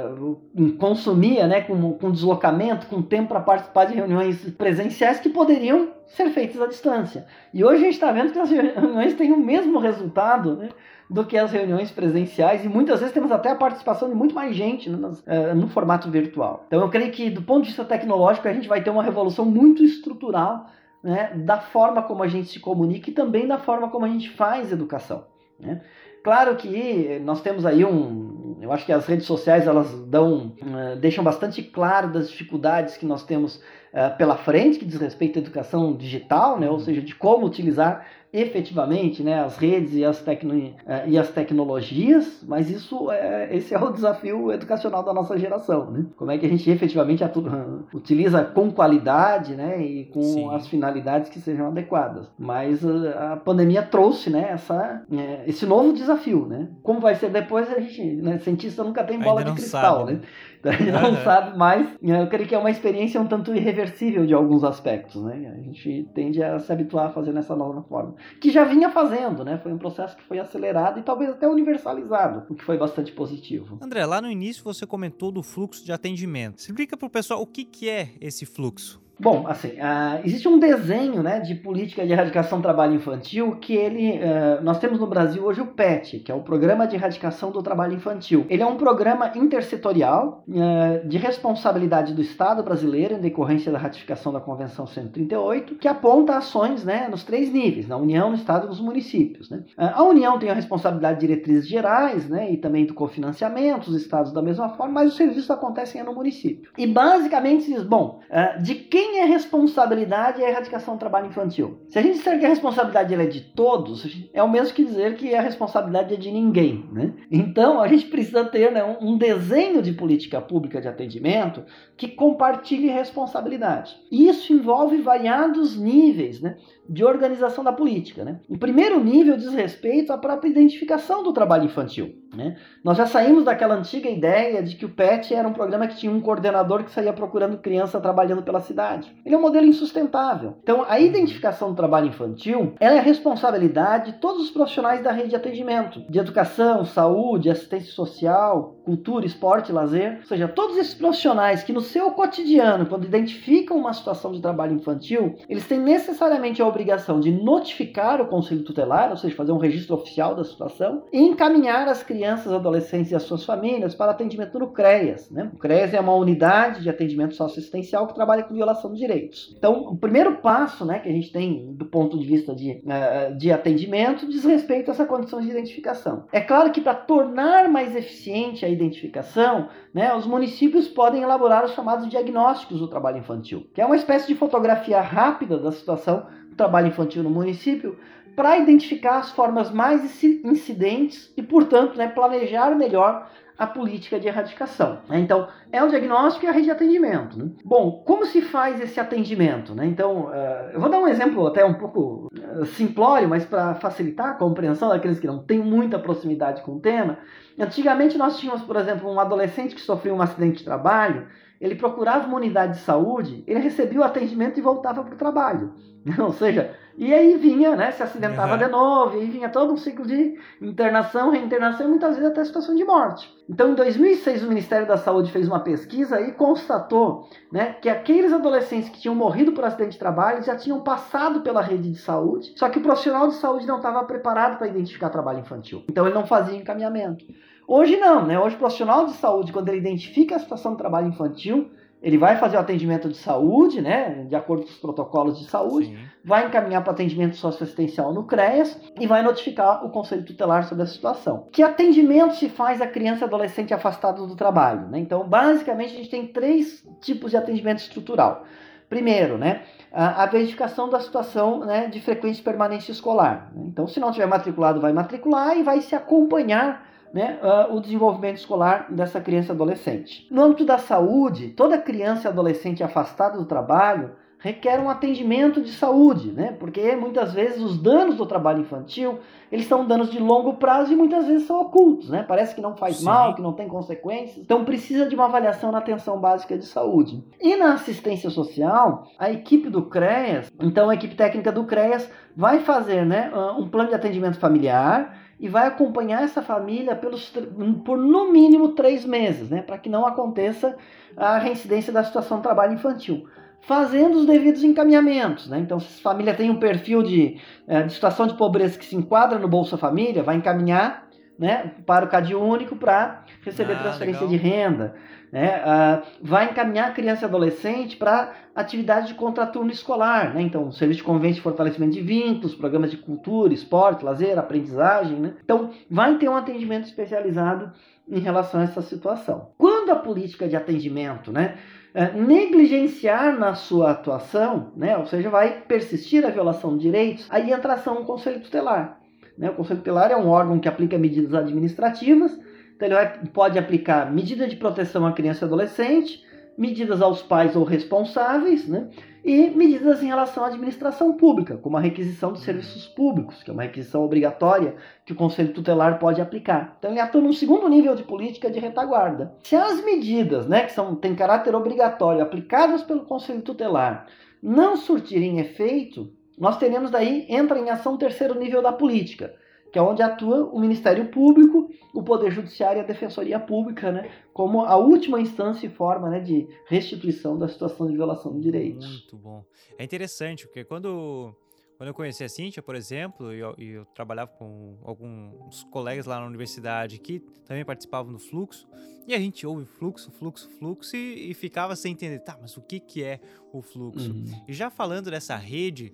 [SPEAKER 2] consumia, né, com deslocamento, com tempo para participar de reuniões presenciais que poderiam ser feitas à distância. E hoje a gente está vendo que as reuniões têm o mesmo resultado, né, do que as reuniões presenciais, e muitas vezes temos até a participação de muito mais gente, né, no formato virtual. Então eu creio que do ponto de vista tecnológico a gente vai ter uma revolução muito estrutural, né, da forma como a gente se comunica e também da forma como a gente faz educação, né? Claro que nós temos aí eu acho que as redes sociais elas deixam bastante claro das dificuldades que nós temos pela frente, que diz respeito à educação digital, né? Ou seja, de como utilizar efetivamente, né, as redes e as tecnologias, mas esse é o desafio educacional da nossa geração, né? Como é que a gente efetivamente utiliza com qualidade, né, e com as finalidades que sejam adequadas. Mas a pandemia trouxe, né, esse novo desafio, né? Como vai ser depois, a gente, né, cientista nunca tem bola de cristal, sabe, né? Então a gente não sabe mais. Eu creio que é uma experiência um tanto irreversível de alguns aspectos, né? A gente tende a se habituar a fazer nessa nova forma, que já vinha fazendo, né? Foi um processo que foi acelerado e talvez até universalizado, o que foi bastante positivo.
[SPEAKER 1] André, lá no início você comentou do fluxo de atendimento. Explica para o pessoal o que é esse fluxo.
[SPEAKER 2] Bom, assim, existe um desenho, né, de política de erradicação do trabalho infantil que nós temos no Brasil hoje o PET, que é o Programa de Erradicação do Trabalho Infantil. Ele é um programa intersetorial de responsabilidade do Estado brasileiro em decorrência da ratificação da Convenção 138, que aponta ações, né, nos 3 níveis, na União, no Estado e nos municípios, né? A União tem a responsabilidade de diretrizes gerais, né, e também do cofinanciamento, os estados da mesma forma, mas os serviços acontecem no município. E basicamente diz, de quem é a responsabilidade e a erradicação do trabalho infantil? Se a gente disser que a responsabilidade é de todos, é o mesmo que dizer que a responsabilidade é de ninguém, né? Então, a gente precisa ter, né, um desenho de política pública de atendimento que compartilhe responsabilidade. E isso envolve variados níveis, né, de organização da política, né? O primeiro nível diz respeito à própria identificação do trabalho infantil, né? Nós já saímos daquela antiga ideia de que o PET era um programa que tinha um coordenador que saía procurando criança trabalhando pela cidade. Ele é um modelo insustentável. Então, a identificação do trabalho infantil ela é a responsabilidade de todos os profissionais da rede de atendimento, de educação, saúde, assistência social, cultura, esporte, lazer. Ou seja, todos esses profissionais que no seu cotidiano, quando identificam uma situação de trabalho infantil, eles têm necessariamente a obrigação de notificar o Conselho Tutelar, ou seja, fazer um registro oficial da situação, e encaminhar as crianças, adolescentes e as suas famílias para atendimento no CREAS, né? O CREAS é uma unidade de atendimento socioassistencial que trabalha com violação de direitos. Então, o primeiro passo, né, que a gente tem do ponto de vista de atendimento diz respeito a essa condição de identificação. É claro que para tornar mais eficiente a identificação, né, os municípios podem elaborar os chamados diagnósticos do trabalho infantil, que é uma espécie de fotografia rápida da situação do trabalho infantil no município, para identificar as formas mais incidentes e, portanto, né, planejar melhor a política de erradicação. Então, é o diagnóstico e a rede de atendimento. Né? Bom, como se faz esse atendimento? Né? Então, eu vou dar um exemplo até um pouco simplório, mas para facilitar a compreensão daqueles que não têm muita proximidade com o tema. Antigamente nós tínhamos, por exemplo, um adolescente que sofreu um acidente de trabalho, ele procurava uma unidade de saúde, ele recebia o atendimento e voltava para o trabalho. Ou seja, e aí vinha, né, se acidentava de novo, e aí vinha todo um ciclo de internação, reinternação e muitas vezes até a situação de morte. Então, em 2006, o Ministério da Saúde fez uma pesquisa e constatou, né, que aqueles adolescentes que tinham morrido por acidente de trabalho já tinham passado pela rede de saúde, só que o profissional de saúde não estava preparado para identificar trabalho infantil. Então, ele não fazia encaminhamento. Hoje não, né? Hoje o profissional de saúde, quando ele identifica a situação de trabalho infantil, ele vai fazer o atendimento de saúde, né, de acordo com os protocolos de saúde, Sim. vai encaminhar para atendimento socioassistencial no CREAS e vai notificar o Conselho Tutelar sobre a situação. Que atendimento se faz a criança e adolescente afastado do trabalho? Né? Então, basicamente, a gente tem 3 tipos de atendimento estrutural. Primeiro, né, a verificação da situação, né, de frequência e permanência escolar. Então, se não tiver matriculado, vai matricular e vai se acompanhar, né, o desenvolvimento escolar dessa criança e adolescente. No âmbito da saúde, toda criança e adolescente afastada do trabalho requer um atendimento de saúde, né, porque muitas vezes os danos do trabalho infantil, eles são danos de longo prazo e muitas vezes são ocultos, né, parece que não faz Sim. mal, que não tem consequências, então precisa de uma avaliação na atenção básica de saúde. E na assistência social, a equipe do CREAS, então a equipe técnica do CREAS vai fazer, né, um plano de atendimento familiar e vai acompanhar essa família por no mínimo 3 meses, né, para que não aconteça a reincidência da situação de trabalho infantil, fazendo os devidos encaminhamentos. Né? Então, se a família tem um perfil de situação de pobreza que se enquadra no Bolsa Família, vai encaminhar, né, para o CadÚnico para receber transferência legal. De renda. Né? Vai encaminhar a criança e adolescente para atividade de contraturno escolar, né? Então, serviço de convênio de fortalecimento de vínculos, programas de cultura, esporte, lazer, aprendizagem, né? Então, vai ter um atendimento especializado em relação a essa situação. Quando a política de atendimento, né, negligenciar na sua atuação, né, ou seja, vai persistir a violação de direitos, aí entra a ação no Conselho Tutelar. Né? O Conselho Tutelar é um órgão que aplica medidas administrativas. Então, ele pode aplicar medida de proteção à criança e adolescente, medidas aos pais ou responsáveis, né? E medidas em relação à administração pública, como a requisição de serviços públicos, que é uma requisição obrigatória que o Conselho Tutelar pode aplicar. Então, ele atua num segundo nível de política de retaguarda. Se as medidas, né, que têm caráter obrigatório, aplicadas pelo Conselho Tutelar, não surtirem efeito, nós teremos daí, entra em ação o terceiro nível da política, que é onde atua o Ministério Público, o Poder Judiciário e a Defensoria Pública, né, como a última instância e forma, né, de restituição da situação de violação de direitos.
[SPEAKER 1] Muito bom. É interessante, porque quando eu conheci a Cíntia, por exemplo, e eu trabalhava com alguns colegas lá na universidade que também participavam do fluxo, e a gente ouve fluxo, e ficava sem entender, tá, mas o que é o fluxo? E já falando dessa rede,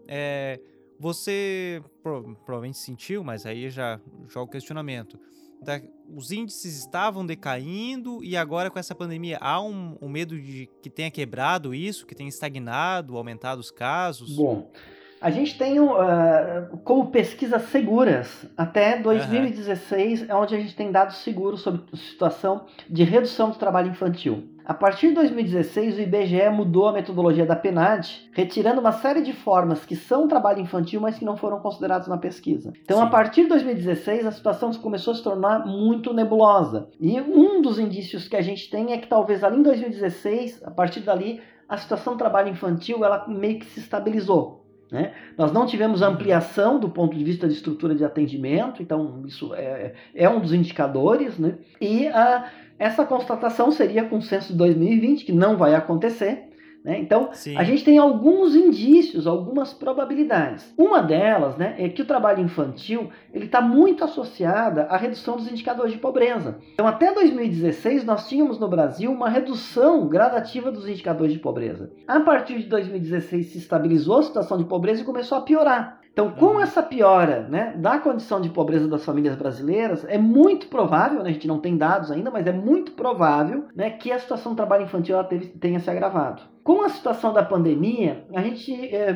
[SPEAKER 1] você provavelmente sentiu, mas aí já joga o questionamento. Os índices estavam decaindo e agora com essa pandemia há um medo de que tenha quebrado isso, que tenha estagnado, aumentado os casos?
[SPEAKER 2] Bom, a gente tem como pesquisas seguras até 2016, é onde a gente tem dados seguros sobre a situação de redução do trabalho infantil. A partir de 2016, o IBGE mudou a metodologia da PNAD, retirando uma série de formas que são trabalho infantil, mas que não foram consideradas na pesquisa. Então, Sim. A partir de 2016, a situação começou a se tornar muito nebulosa. E um dos indícios que a gente tem é que talvez ali em 2016, a partir dali, a situação do trabalho infantil ela meio que se estabilizou. Né? Nós não tivemos ampliação do ponto de vista de estrutura de atendimento, então isso é um dos indicadores, né? E essa constatação seria com o censo de 2020, que não vai acontecer. Né? Então, Sim. A gente tem alguns indícios, algumas probabilidades. Uma delas, né, é que o trabalho infantil está muito associado à redução dos indicadores de pobreza. Então, até 2016, nós tínhamos no Brasil uma redução gradativa dos indicadores de pobreza. A partir de 2016, se estabilizou a situação de pobreza e começou a piorar. Então, com essa piora, né, da condição de pobreza das famílias brasileiras, é muito provável, né, a gente não tem dados ainda, mas é muito provável, né, que a situação do trabalho infantil tenha se agravado. Com a situação da pandemia, a gente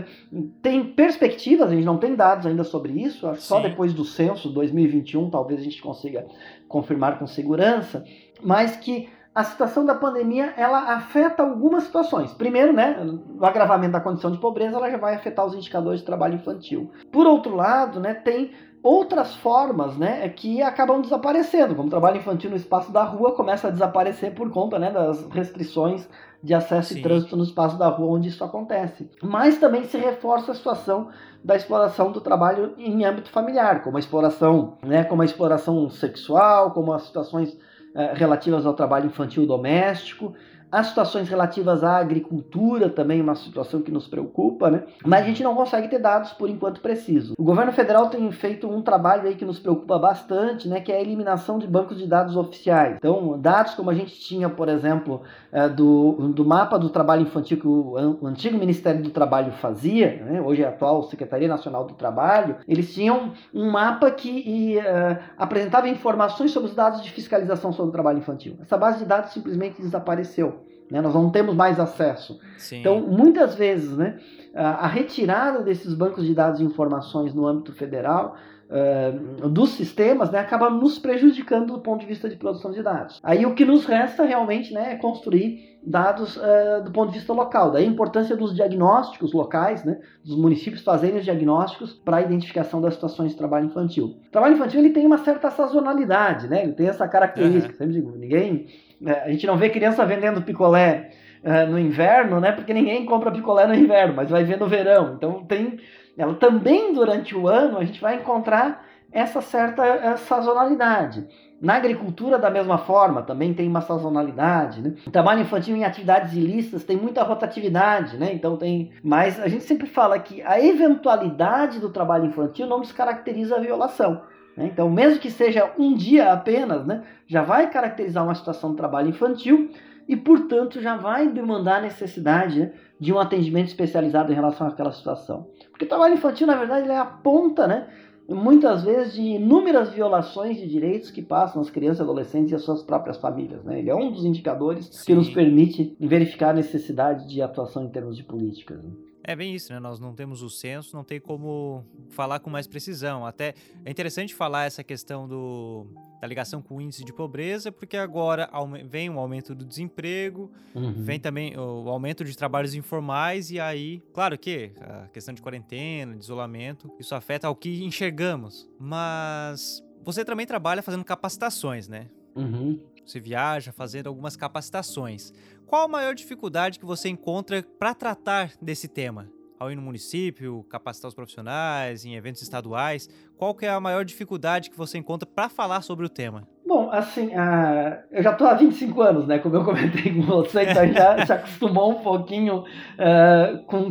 [SPEAKER 2] tem perspectivas, a gente não tem dados ainda sobre isso, acho que só depois do censo 2021 talvez a gente consiga confirmar com segurança, mas que a situação da pandemia, ela afeta algumas situações. Primeiro, né, o agravamento da condição de pobreza, ela já vai afetar os indicadores de trabalho infantil. Por outro lado, né, tem outras formas, né, que acabam desaparecendo, como o trabalho infantil no espaço da rua começa a desaparecer por conta, né, das restrições de acesso e trânsito no espaço da rua onde isso acontece. Mas também se reforça a situação da exploração do trabalho em âmbito familiar, como a exploração, né, como a exploração sexual, como as situações relativas ao trabalho infantil doméstico, as situações relativas à agricultura também, uma situação que nos preocupa, né? Mas a gente não consegue ter dados por enquanto precisos. O governo federal tem feito um trabalho aí que nos preocupa bastante, né? Que é a eliminação de bancos de dados oficiais. Então, dados como a gente tinha, por exemplo, do mapa do trabalho infantil que o antigo Ministério do Trabalho fazia, né? Hoje é a atual Secretaria Nacional do Trabalho, eles tinham um mapa que apresentava informações sobre os dados de fiscalização sobre o trabalho infantil. Essa base de dados simplesmente desapareceu. Né? Nós não temos mais acesso.
[SPEAKER 1] Sim.
[SPEAKER 2] Então, muitas vezes, né, a retirada desses bancos de dados e informações no âmbito federal, dos sistemas, né, acaba nos prejudicando do ponto de vista de produção de dados. Aí o que nos resta realmente, né, é construir dados do ponto de vista local. Daí a importância dos diagnósticos locais, né, dos municípios fazerem os diagnósticos para a identificação das situações de trabalho infantil. O trabalho infantil ele tem uma certa sazonalidade, né, ele tem essa característica. Sempre digo, a gente não vê criança vendendo picolé no inverno, né? Porque ninguém compra picolé no inverno, mas vai ver no verão. Então ela também durante o ano a gente vai encontrar essa certa sazonalidade. Na agricultura, da mesma forma, também tem uma sazonalidade, né? O trabalho infantil em atividades ilícitas tem muita rotatividade, né? Então mas a gente sempre fala que a eventualidade do trabalho infantil não descaracteriza a violação. Então, mesmo que seja um dia apenas, né, já vai caracterizar uma situação de trabalho infantil e, portanto, já vai demandar a necessidade, né, de um atendimento especializado em relação àquela situação. Porque o trabalho infantil, na verdade, ele é a ponta, né, muitas vezes, de inúmeras violações de direitos que passam as crianças, adolescentes e as suas próprias famílias. Né? Ele é um dos indicadores que nos permite verificar a necessidade de atuação em termos de políticas. Né?
[SPEAKER 1] É bem isso, né? Nós não temos o censo, não tem como falar com mais precisão. Até é interessante falar essa questão da ligação com o índice de pobreza, porque agora vem um aumento do desemprego, vem também o aumento de trabalhos informais, e aí, claro que a questão de quarentena, de isolamento, isso afeta ao que enxergamos. Mas você também trabalha fazendo capacitações, né? Você viaja fazendo algumas capacitações. Qual a maior dificuldade que você encontra para tratar desse tema? Ao ir no município, capacitar os profissionais, em eventos estaduais, qual que é a maior dificuldade que você encontra para falar sobre o tema?
[SPEAKER 2] Bom, assim, eu já estou há 25 anos, né? Como eu comentei com você, então já se acostumou um pouquinho com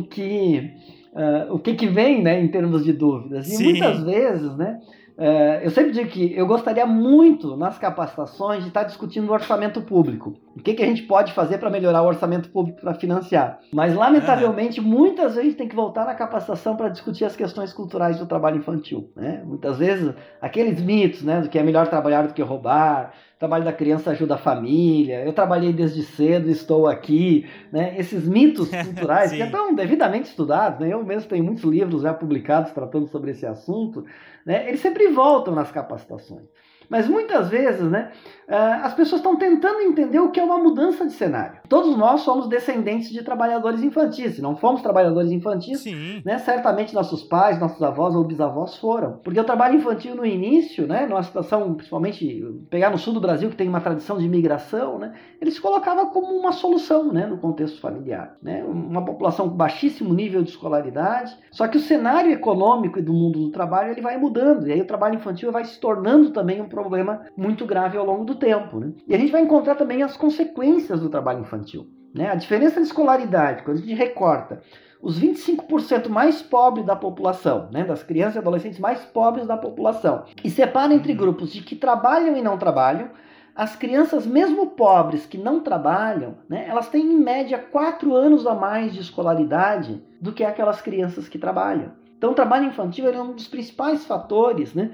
[SPEAKER 2] o que vem, né, em termos de dúvidas. E muitas vezes, né? Eu sempre digo que eu gostaria muito, nas capacitações, de estar discutindo o orçamento público. O que a gente pode fazer para melhorar o orçamento público para financiar. Mas, lamentavelmente, muitas vezes tem que voltar na capacitação para discutir as questões culturais do trabalho infantil. Né? Muitas vezes, aqueles mitos, né, do que é melhor trabalhar do que roubar, o trabalho da criança ajuda a família, eu trabalhei desde cedo e estou aqui. Né? Esses mitos culturais, que estão devidamente estudados, né? Eu mesmo tenho muitos livros já publicados tratando sobre esse assunto, né? Eles sempre voltam nas capacitações. Mas muitas vezes, né, as pessoas estão tentando entender o que é uma mudança de cenário. Todos nós somos descendentes de trabalhadores infantis. Se não fomos trabalhadores infantis, né, certamente nossos pais, nossos avós ou bisavós foram. Porque o trabalho infantil no início, né, numa situação, principalmente, pegar no sul do Brasil, que tem uma tradição de imigração, né, ele se colocava como uma solução, né, no contexto familiar. Né, uma população com baixíssimo nível de escolaridade. Só que o cenário econômico e do mundo do trabalho ele vai mudando. E aí o trabalho infantil vai se tornando também um problema muito grave ao longo do tempo. Né? E a gente vai encontrar também as consequências do trabalho infantil. Né? A diferença de escolaridade, quando a gente recorta os 25% mais pobres da população, né? Das crianças e adolescentes mais pobres da população, e separa entre grupos de que trabalham e não trabalham, as crianças, mesmo pobres que não trabalham, né, elas têm em média 4 anos a mais de escolaridade do que aquelas crianças que trabalham. Então, o trabalho infantil é um dos principais fatores, né,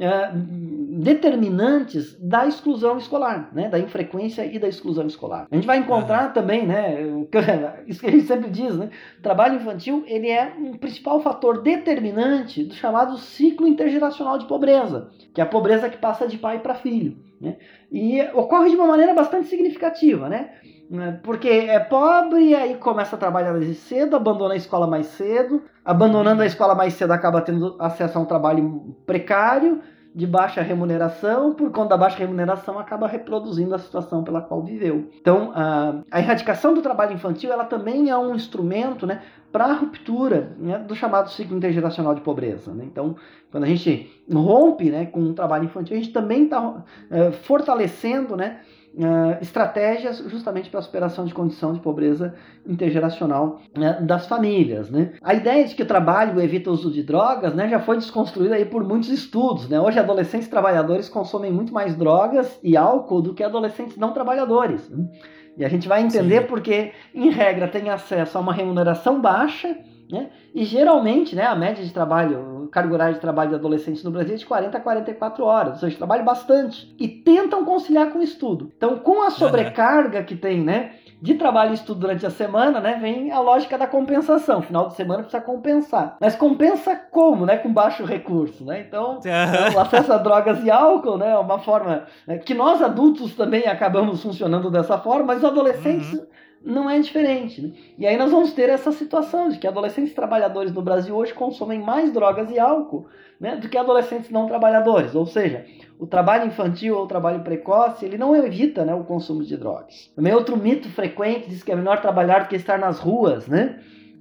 [SPEAKER 2] determinantes da exclusão escolar, né, da infrequência e da exclusão escolar. A gente vai encontrar também, né, isso que a gente sempre diz, né, o trabalho infantil ele é um principal fator determinante do chamado ciclo intergeracional de pobreza, que é a pobreza que passa de pai para filho, né, e ocorre de uma maneira bastante significativa, né, porque é pobre e aí começa a trabalhar desde cedo, abandona a escola mais cedo, abandonando a escola mais cedo acaba tendo acesso a um trabalho precário, de baixa remuneração, por conta da baixa remuneração acaba reproduzindo a situação pela qual viveu. Então, a erradicação do trabalho infantil ela também é um instrumento, né, para a ruptura, né, do chamado ciclo intergeracional de pobreza, né? Então, quando a gente rompe, né, com o trabalho infantil, a gente também está fortalecendo, né, estratégias justamente para a superação de condição de pobreza intergeracional, né, das famílias, né? A ideia de que o trabalho evita o uso de drogas, né, já foi desconstruída aí por muitos estudos, né? Hoje adolescentes trabalhadores consomem muito mais drogas e álcool do que adolescentes não trabalhadores, né? E a gente vai entender porque, em regra, tem acesso a uma remuneração baixa, né? E geralmente, né, a média de trabalho, carga horária de trabalho de adolescentes no Brasil é de 40 a 44 horas, ou seja, trabalham bastante e tentam conciliar com o estudo. Então, com a sobrecarga que tem, né, de trabalho e estudo durante a semana, né, vem a lógica da compensação. Final de semana precisa compensar. Mas compensa como, né, com baixo recurso, né? Então, o acesso a drogas e álcool, né, é uma forma que nós adultos também acabamos funcionando dessa forma, mas os adolescentes não é diferente, né? E aí nós vamos ter essa situação de que adolescentes trabalhadores no Brasil hoje consomem mais drogas e álcool, né, do que adolescentes não trabalhadores. Ou seja, o trabalho infantil ou o trabalho precoce, ele não evita, né, o consumo de drogas. Também outro mito frequente diz que é melhor trabalhar do que estar nas ruas, né?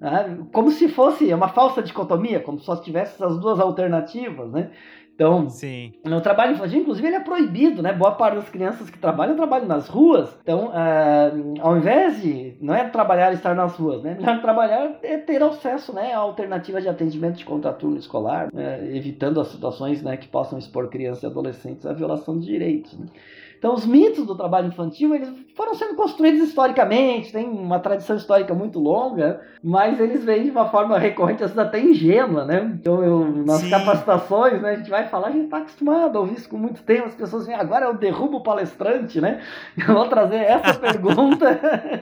[SPEAKER 2] Como se fosse uma falsa dicotomia, como se só tivesse essas duas alternativas, né? Então, sim, o trabalho infantil, inclusive, ele é proibido, né? Boa parte das crianças que trabalham nas ruas. Então, ao invés de não é trabalhar e estar nas ruas, né? Melhor trabalhar é ter acesso, né, a alternativas de atendimento de contraturno escolar, evitando as situações, né, que possam expor crianças e adolescentes à violação de direitos, né? Então, os mitos do trabalho infantil, eles foram sendo construídos historicamente, tem uma tradição histórica muito longa, mas eles vêm de uma forma recorrente, às vezes até ingênua, né? Então, nas capacitações, né, a gente vai falar, a gente está acostumado a ouvir isso com muito tempo, as pessoas dizem, agora eu derrubo o palestrante, né? Eu vou trazer essa pergunta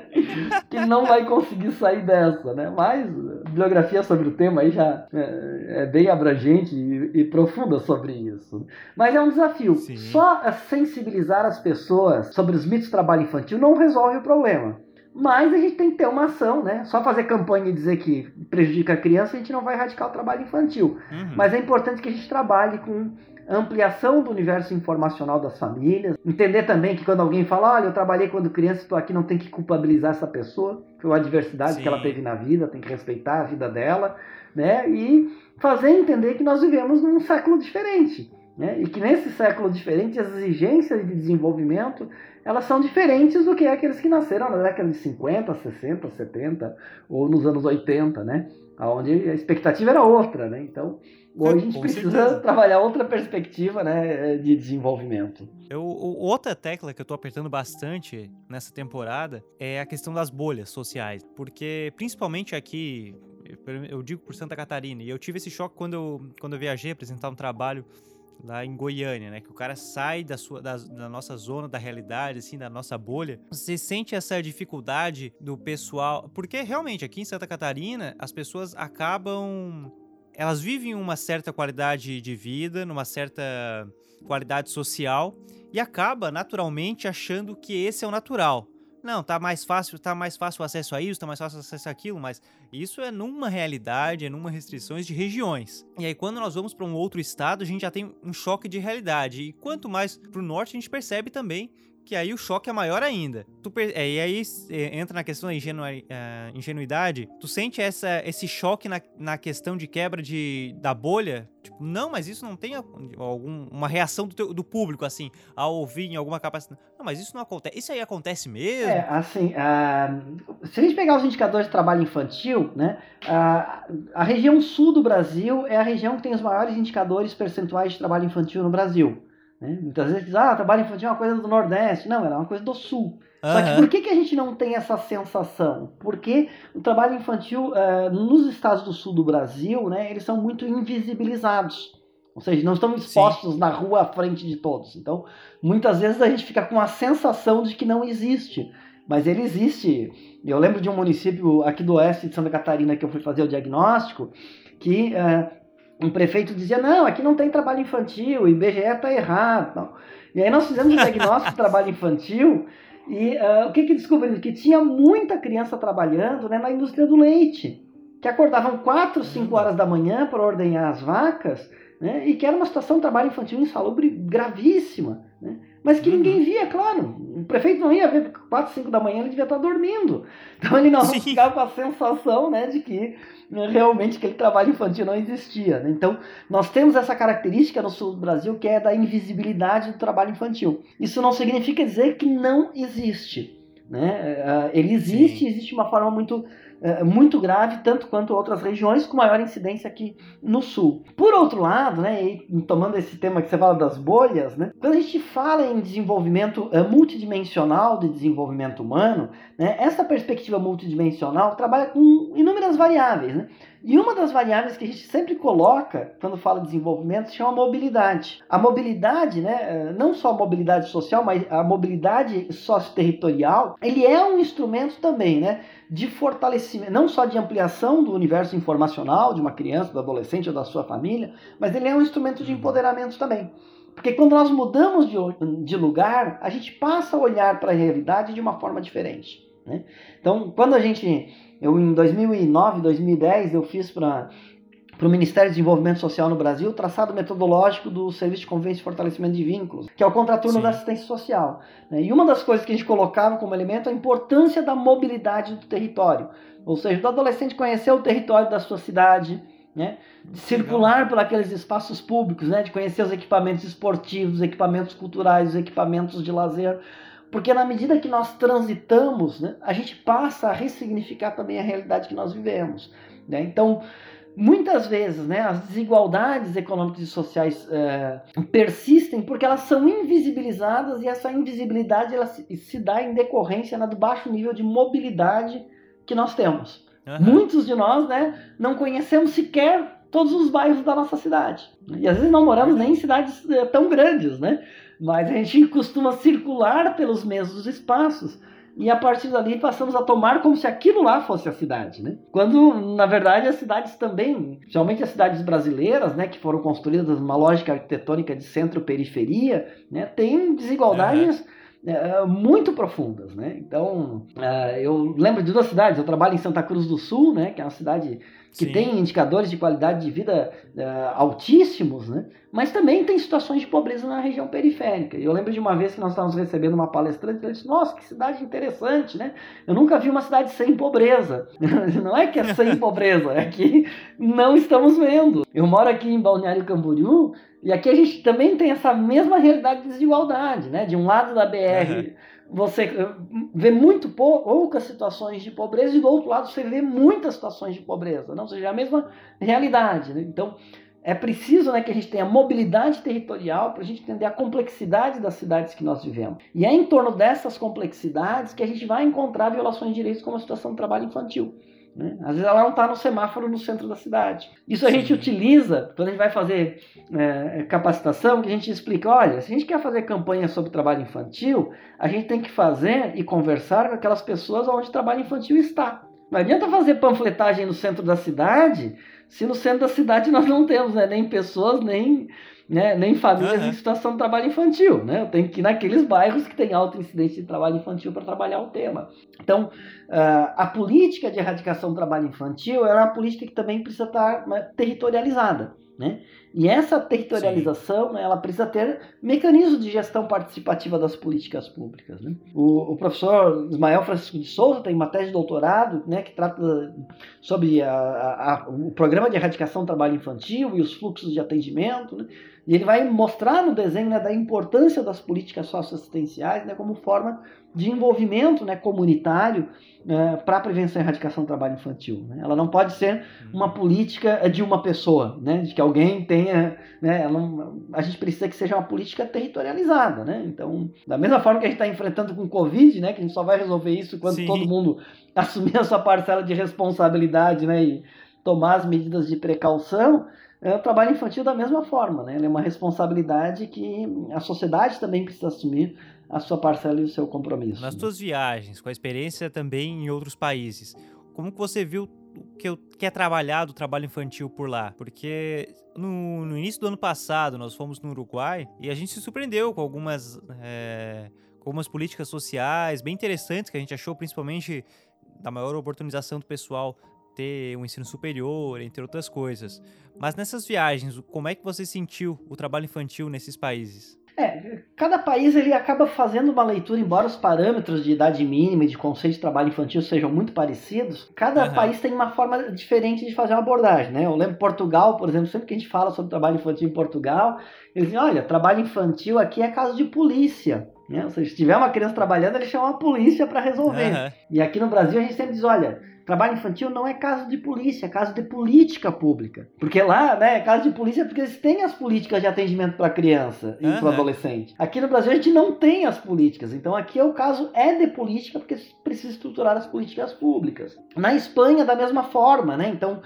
[SPEAKER 2] que não vai conseguir sair dessa, né? Mas a bibliografia sobre o tema aí já é bem abrangente e profunda sobre isso. Mas é um desafio. Sim. Só sensibilizar as pessoas sobre os mitos do trabalho infantil não resolve o problema. Mas a gente tem que ter uma ação, né? Só fazer campanha e dizer que prejudica a criança, a gente não vai erradicar o trabalho infantil. Mas é importante que a gente trabalhe com ampliação do universo informacional das famílias. Entender também que quando alguém fala, olha, eu trabalhei quando criança, estou aqui, não tem que culpabilizar essa pessoa. Foi uma adversidade que ela teve na vida, tem que respeitar a vida dela, né? E fazer entender que nós vivemos num século diferente, né? E que nesse século diferente as exigências de desenvolvimento elas são diferentes do que aqueles que nasceram na década de 50, 60, 70 ou nos anos 80, né? Onde a expectativa era outra, né? Então, hoje a gente precisa trabalhar outra perspectiva, né, de desenvolvimento.
[SPEAKER 1] Outra tecla que eu tô apertando bastante nessa temporada é a questão das bolhas sociais, porque principalmente aqui, eu digo por Santa Catarina, e eu tive esse choque quando eu viajei apresentar um trabalho lá em Goiânia, né? Que o cara sai da nossa zona, da realidade, assim, da nossa bolha. Você sente essa dificuldade do pessoal... Porque, realmente, aqui em Santa Catarina, as pessoas acabam... Elas vivem uma certa qualidade de vida, numa certa qualidade social, e acaba, naturalmente, achando que esse é o natural. Não, tá mais fácil o acesso a isso, tá mais fácil o acesso àquilo, mas isso é numa realidade, é numa restrições de regiões. E aí quando nós vamos para um outro estado, a gente já tem um choque de realidade. E quanto mais pro norte, a gente percebe também que aí o choque é maior ainda. E aí entra na questão da ingenuidade. Tu sente esse choque na questão de quebra da bolha? Tipo, não, mas isso não tem uma reação do público, assim, ao ouvir em alguma capacidade. Não, mas isso não acontece. Isso aí acontece mesmo?
[SPEAKER 2] Assim, se a gente pegar os indicadores de trabalho infantil, né, a região sul do Brasil é a região que tem os maiores indicadores percentuais de trabalho infantil no Brasil. Né? Muitas vezes diz, trabalho infantil é uma coisa do Nordeste. Não, ela é uma coisa do Sul. Só que por que a gente não tem essa sensação? Porque o trabalho infantil nos estados do sul do Brasil, né, eles são muito invisibilizados. Ou seja, não estão expostos na rua à frente de todos. Então, muitas vezes a gente fica com a sensação de que não existe. Mas ele existe. Eu lembro de um município aqui do oeste de Santa Catarina que eu fui fazer o diagnóstico, que um prefeito dizia, não, aqui não tem trabalho infantil, o IBGE está errado. Não. E aí nós fizemos o diagnóstico de trabalho infantil e o que descobrimos? Que tinha muita criança trabalhando, né, na indústria do leite, que acordavam 4, 5 horas da manhã para ordenhar as vacas, né, e que era uma situação de trabalho infantil insalubre gravíssima, né, mas que ninguém via, claro. O prefeito não ia ver 4, 5 da manhã, ele devia estar dormindo. Então ele não ficava com a sensação, né, de que realmente aquele trabalho infantil não existia, né? Então nós temos essa característica no sul do Brasil que é da invisibilidade do trabalho infantil. Isso não significa dizer que não existe, né? Ele existe, existe de uma forma muito grave, tanto quanto outras regiões, com maior incidência aqui no sul. Por outro lado, né, e tomando esse tema que você fala das bolhas, né, quando a gente fala em desenvolvimento multidimensional de desenvolvimento humano, né, essa perspectiva multidimensional trabalha com inúmeras variáveis, né? E uma das variáveis que a gente sempre coloca quando fala de desenvolvimento se chama mobilidade. A mobilidade, né, não só a mobilidade social, mas a mobilidade socioterritorial, ele é um instrumento também, né, de fortalecimento, não só de ampliação do universo informacional de uma criança, do adolescente ou da sua família, mas ele é um instrumento de empoderamento também. Porque quando nós mudamos de lugar, a gente passa a olhar para a realidade de uma forma diferente, né? Então, quando eu em 2009, 2010, eu fiz para o Ministério de Desenvolvimento Social no Brasil o traçado metodológico do Serviço de Convivência e Fortalecimento de Vínculos, que é o contraturno da assistência social, né? E uma das coisas que a gente colocava como elemento é a importância da mobilidade do território, ou seja, do adolescente conhecer o território da sua cidade, né? De circular por aqueles espaços públicos, né? De conhecer os equipamentos esportivos, os equipamentos culturais, os equipamentos de lazer. Porque na medida que nós transitamos, né, a gente passa a ressignificar também a realidade que nós vivemos, né? Então, muitas vezes, né, as desigualdades econômicas e sociais persistem porque elas são invisibilizadas, e essa invisibilidade ela se dá em decorrência, né, do baixo nível de mobilidade que nós temos. Muitos de nós, né, não conhecemos sequer todos os bairros da nossa cidade. E às vezes não moramos nem em cidades tão grandes, né? Mas a gente costuma circular pelos mesmos espaços e a partir dali passamos a tomar como se aquilo lá fosse a cidade, né? Quando, na verdade, as cidades também, principalmente as cidades brasileiras, né, que foram construídas numa lógica arquitetônica de centro-periferia, né, têm desigualdades muito profundas, né? Então, eu lembro de 2 cidades. Eu trabalho em Santa Cruz do Sul, né, que é uma cidade que tem indicadores de qualidade de vida altíssimos, né? Mas também tem situações de pobreza na região periférica. Eu lembro de uma vez que nós estávamos recebendo uma palestrante e ela disse, nossa, que cidade interessante, né? Eu nunca vi uma cidade sem pobreza. Não é que é sem pobreza, é que não estamos vendo. Eu moro aqui em Balneário Camboriú e aqui a gente também tem essa mesma realidade de desigualdade, né? De um lado da BR... você vê muito poucas situações de pobreza e do outro lado você vê muitas situações de pobreza, não? Ou seja, a mesma realidade, né? Então é preciso, né, que a gente tenha mobilidade territorial para a gente entender a complexidade das cidades que nós vivemos. E é em torno dessas complexidades que a gente vai encontrar violações de direitos como a situação do trabalho infantil, né? Às vezes ela não está no semáforo no centro da cidade. Isso a gente utiliza quando a gente vai fazer capacitação, que a gente explica, olha, se a gente quer fazer campanha sobre trabalho infantil, a gente tem que fazer e conversar com aquelas pessoas onde o trabalho infantil está. Não adianta fazer panfletagem no centro da cidade, se no centro da cidade nós não temos, né, nem pessoas, nem famílias em situação de trabalho infantil, né? Eu tenho que ir naqueles bairros que tem alta incidência de trabalho infantil para trabalhar o tema. Então, a política de erradicação do trabalho infantil é uma política que também precisa estar territorializada, né? E essa territorialização, né, ela precisa ter mecanismos de gestão participativa das políticas públicas, né? O professor Ismael Francisco de Souza tem uma tese de doutorado, né, que trata sobre o programa de erradicação do trabalho infantil e os fluxos de atendimento, né? E ele vai mostrar no desenho, né, da importância das políticas socioassistenciais, né, como forma de envolvimento, né, comunitário para a prevenção e erradicação do trabalho infantil, né? Ela não pode ser uma política de uma pessoa, né, de que alguém tem tenha, né, a gente precisa que seja uma política territorializada, né? Então, da mesma forma que a gente está enfrentando com o Covid, né, que a gente só vai resolver isso quando todo mundo assumir a sua parcela de responsabilidade, né, e tomar as medidas de precaução. O trabalho infantil da mesma forma, né? Ele é uma responsabilidade que a sociedade também precisa assumir a sua parcela e o seu compromisso.
[SPEAKER 1] Nas suas viagens, com a experiência também em outros países, como que você viu que é trabalhado o trabalho infantil por lá? Porque no início do ano passado nós fomos no Uruguai e a gente se surpreendeu com algumas políticas sociais bem interessantes que a gente achou, principalmente da maior oportunização do pessoal ter um ensino superior, entre outras coisas. Mas nessas viagens, como é que você sentiu o trabalho infantil nesses países?
[SPEAKER 2] Cada país ele acaba fazendo uma leitura, embora os parâmetros de idade mínima e de conceito de trabalho infantil sejam muito parecidos, cada país tem uma forma diferente de fazer uma abordagem, né? Eu lembro Portugal, por exemplo, sempre que a gente fala sobre trabalho infantil em Portugal, eles dizem, olha, trabalho infantil aqui é caso de polícia, né? Ou seja, se tiver uma criança trabalhando, eles chamam a polícia para resolver. E aqui no Brasil a gente sempre diz, olha, trabalho infantil não é caso de polícia, é caso de política pública. Porque lá, né, é caso de polícia porque eles têm as políticas de atendimento para a criança e para o adolescente. Aqui no Brasil a gente não tem as políticas. Então aqui o caso é de política porque precisa estruturar as políticas públicas. Na Espanha, da mesma forma, né? Então,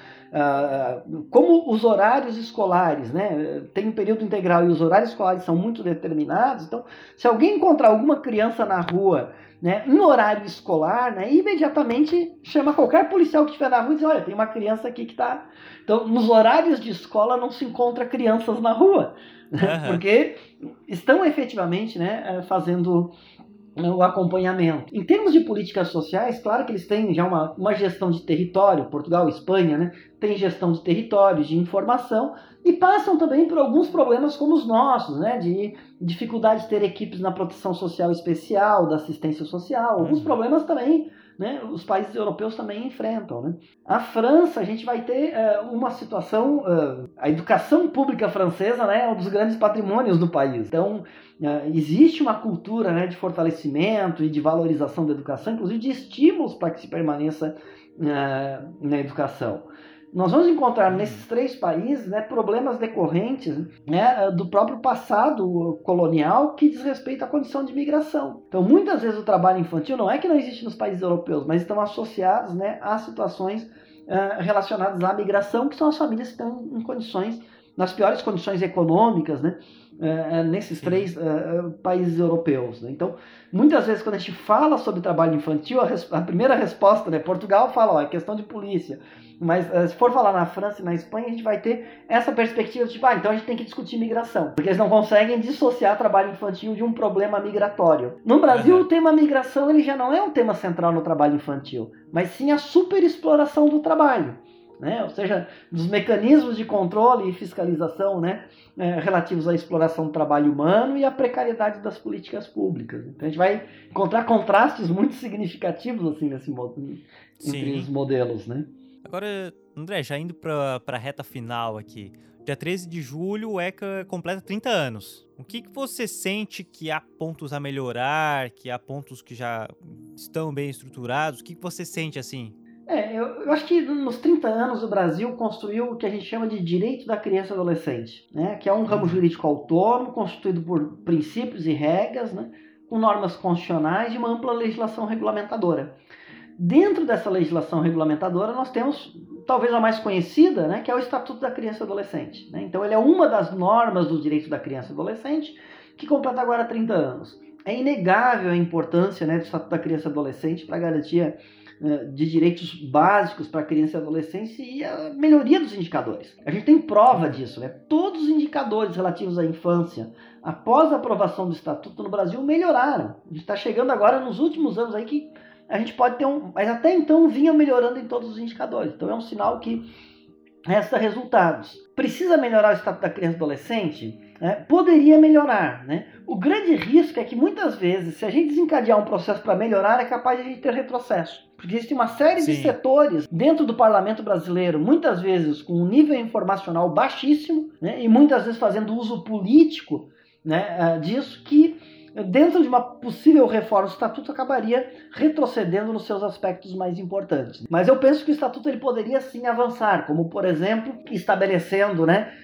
[SPEAKER 2] como os horários escolares, né, tem um período integral e os horários escolares são muito determinados, então, se alguém encontrar alguma criança na rua, né, em horário escolar, né, imediatamente chama qualquer policial que estiver na rua e diz, olha, tem uma criança aqui que está... Então, nos horários de escola não se encontra crianças na rua, porque estão efetivamente, né, fazendo o acompanhamento. Em termos de políticas sociais, claro que eles têm já uma gestão de território, Portugal, Espanha, né, tem gestão de territórios, de informação, e passam também por alguns problemas como os nossos, né, de dificuldade de ter equipes na proteção social especial, da assistência social, alguns problemas também, né, os países europeus também enfrentam, né. A França, a gente vai ter uma situação, a educação pública francesa, né, é um dos grandes patrimônios do país. Então, existe uma cultura, né, de fortalecimento e de valorização da educação, inclusive de estímulos para que se permaneça na educação. Nós vamos encontrar nesses três países, né, problemas decorrentes, né, do próprio passado colonial que diz respeito à condição de migração. Então, muitas vezes o trabalho infantil não é que não existe nos países europeus, mas estão associados, né, a situações relacionadas à migração, que são as famílias que estão em condições, nas piores condições econômicas, né, nesses três países europeus, né? Então, muitas vezes quando a gente fala sobre trabalho infantil, a primeira resposta, né, Portugal fala, ó, é questão de polícia. Mas se for falar na França e na Espanha, a gente vai ter essa perspectiva de, então a gente tem que discutir migração. Porque eles não conseguem dissociar trabalho infantil de um problema migratório. No Brasil, o tema migração ele já não é um tema central no trabalho infantil, mas sim a superexploração do trabalho, né? Ou seja, dos mecanismos de controle e fiscalização, né, relativos à exploração do trabalho humano e à precariedade das políticas públicas. Então a gente vai encontrar contrastes muito significativos assim, entre os modelos, né?
[SPEAKER 1] Agora, André, já indo para a reta final aqui. Dia 13 de julho, o ECA completa 30 anos. O que você sente que há pontos a melhorar, que há pontos que já estão bem estruturados? O que você sente assim?
[SPEAKER 2] Eu acho que nos 30 anos o Brasil construiu o que a gente chama de direito da criança e adolescente, né? Que é um ramo jurídico autônomo, constituído por princípios e regras, né? Com normas constitucionais e uma ampla legislação regulamentadora. Dentro dessa legislação regulamentadora, nós temos talvez a mais conhecida, né, que é o Estatuto da Criança e Adolescente, né? Então, ele é uma das normas do direito da criança e adolescente que completa agora 30 anos. É inegável a importância, né, do Estatuto da Criança e Adolescente para a garantia de direitos básicos para a criança e adolescência e a melhoria dos indicadores. A gente tem prova disso, né? Todos os indicadores relativos à infância, após a aprovação do Estatuto no Brasil, melhoraram. A gente está chegando agora nos últimos anos aí que a gente pode ter mas até então vinha melhorando em todos os indicadores. Então é um sinal que resta resultados. Precisa melhorar o estatuto da criança e adolescente? Poderia melhorar, né? O grande risco é que muitas vezes, se a gente desencadear um processo para melhorar, é capaz de a gente ter retrocesso. Porque existe uma série de setores dentro do parlamento brasileiro, muitas vezes com um nível informacional baixíssimo, né? E muitas vezes fazendo uso político, né, disso, que dentro de uma possível reforma do Estatuto, acabaria retrocedendo nos seus aspectos mais importantes. Mas eu penso que o Estatuto ele poderia sim avançar, como, por exemplo, estabelecendo, né,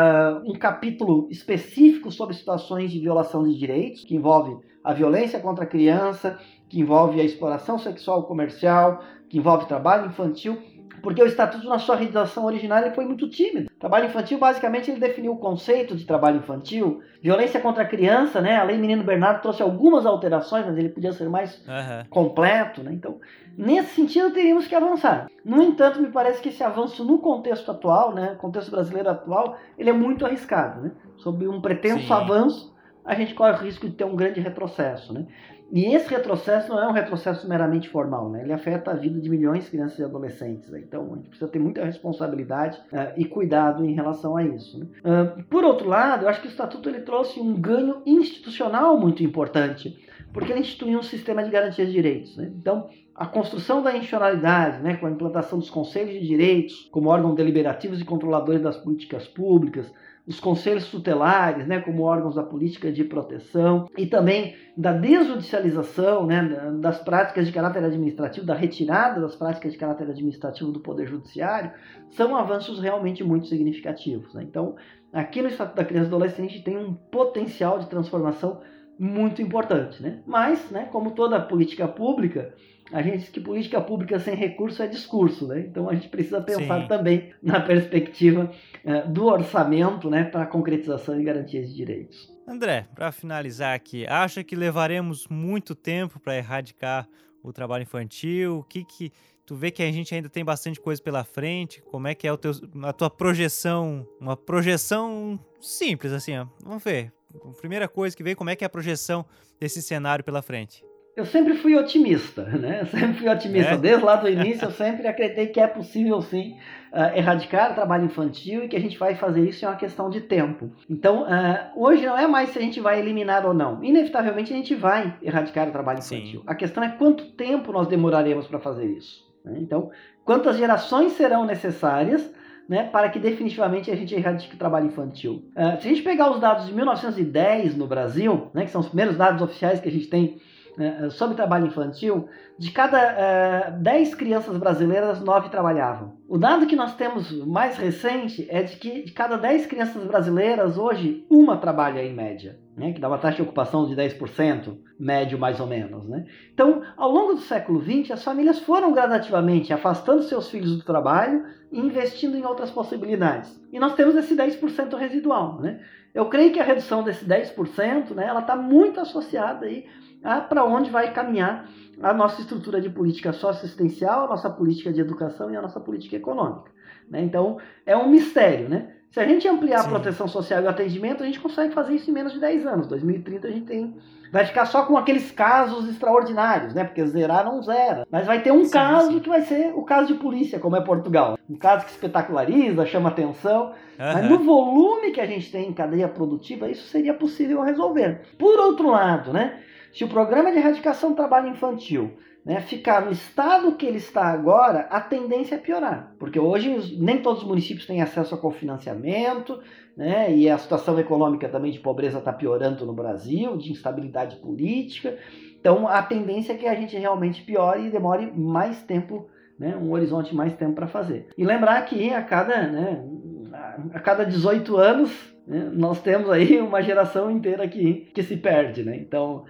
[SPEAKER 2] um capítulo específico sobre situações de violação de direitos, que envolve a violência contra a criança, que envolve a exploração sexual comercial, que envolve trabalho infantil, porque o Estatuto, na sua redação originária, foi muito tímido. Trabalho infantil, basicamente, ele definiu o conceito de trabalho infantil. Violência contra a criança, né? A Lei Menino Bernardo trouxe algumas alterações, mas ele podia ser mais completo, né? Então, nesse sentido, teríamos que avançar. No entanto, me parece que esse avanço no contexto atual, né? Contexto brasileiro atual, ele é muito arriscado, né? Sob um pretenso avanço, a gente corre o risco de ter um grande retrocesso, né? E esse retrocesso não é um retrocesso meramente formal, né? Ele afeta a vida de milhões de crianças e adolescentes, né? Então a gente precisa ter muita responsabilidade e cuidado em relação a isso, né? Por outro lado, eu acho que o Estatuto ele trouxe um ganho institucional muito importante, porque ele instituiu um sistema de garantia de direitos, né? Então, a construção da institucionalidade, né, com a implantação dos conselhos de direitos como órgãos deliberativos e controladores das políticas públicas, os conselhos tutelares, né, como órgãos da política de proteção, e também da desjudicialização, né, das práticas de caráter administrativo, da retirada das práticas de caráter administrativo do Poder Judiciário, são avanços realmente muito significativos, né? Então, aqui no Estatuto da Criança e do Adolescente tem um potencial de transformação muito importante, né? Mas, né, como toda política pública, a gente diz que política pública sem recurso é discurso, né? Então a gente precisa pensar também na perspectiva do orçamento, né, para a concretização e garantias de direitos.
[SPEAKER 1] André, para finalizar aqui, acha que levaremos muito tempo para erradicar o trabalho infantil? O que tu vê que a gente ainda tem bastante coisa pela frente? Como é que é a tua projeção? Uma projeção simples, assim, ó. Vamos ver. A primeira coisa que veio, como é que é a projeção desse cenário pela frente?
[SPEAKER 2] Eu sempre fui otimista, né? Eu sempre fui otimista. Desde lá do início, eu sempre acreditei que é possível, sim, erradicar o trabalho infantil e que a gente vai fazer isso em uma questão de tempo. Então, hoje não é mais se a gente vai eliminar ou não. Inevitavelmente, a gente vai erradicar o trabalho infantil. Sim. A questão é quanto tempo nós demoraremos para fazer isso, né? Então, quantas gerações serão necessárias, né, para que definitivamente a gente erradique o trabalho infantil. Se a gente pegar os dados de 1910 no Brasil, né, que são os primeiros dados oficiais que a gente tem sobre trabalho infantil, de cada 10 crianças brasileiras, 9 trabalhavam. O dado que nós temos mais recente é de que de cada 10 crianças brasileiras, hoje, uma trabalha em média, né, que dá uma taxa de ocupação de 10%, médio mais ou menos, né? Então, ao longo do século XX, as famílias foram gradativamente afastando seus filhos do trabalho e investindo em outras possibilidades. E nós temos esse 10% residual, né? Eu creio que a redução desse 10%, né, ela está muito associada aí para onde vai caminhar a nossa estrutura de política socioassistencial, a nossa política de educação e a nossa política econômica, né? Então, é um mistério, né? Se a gente ampliar a proteção social e o atendimento, a gente consegue fazer isso em menos de 10 anos. 2030 a gente vai ficar só com aqueles casos extraordinários, né? Porque zerar não zera. Mas vai ter um caso que vai ser o caso de polícia, como é Portugal. Um caso que espetaculariza, chama atenção. Mas no volume que a gente tem em cadeia produtiva, isso seria possível resolver. Por outro lado, né, se o programa de erradicação do trabalho infantil, né, ficar no estado que ele está agora, a tendência é piorar. Porque hoje nem todos os municípios têm acesso a cofinanciamento, né, e a situação econômica também de pobreza está piorando no Brasil, de instabilidade política. Então a tendência é que a gente realmente piore e demore mais tempo, né, um horizonte mais tempo para fazer. E lembrar que a cada 18 anos, né, nós temos aí uma geração inteira que se perde, né? Então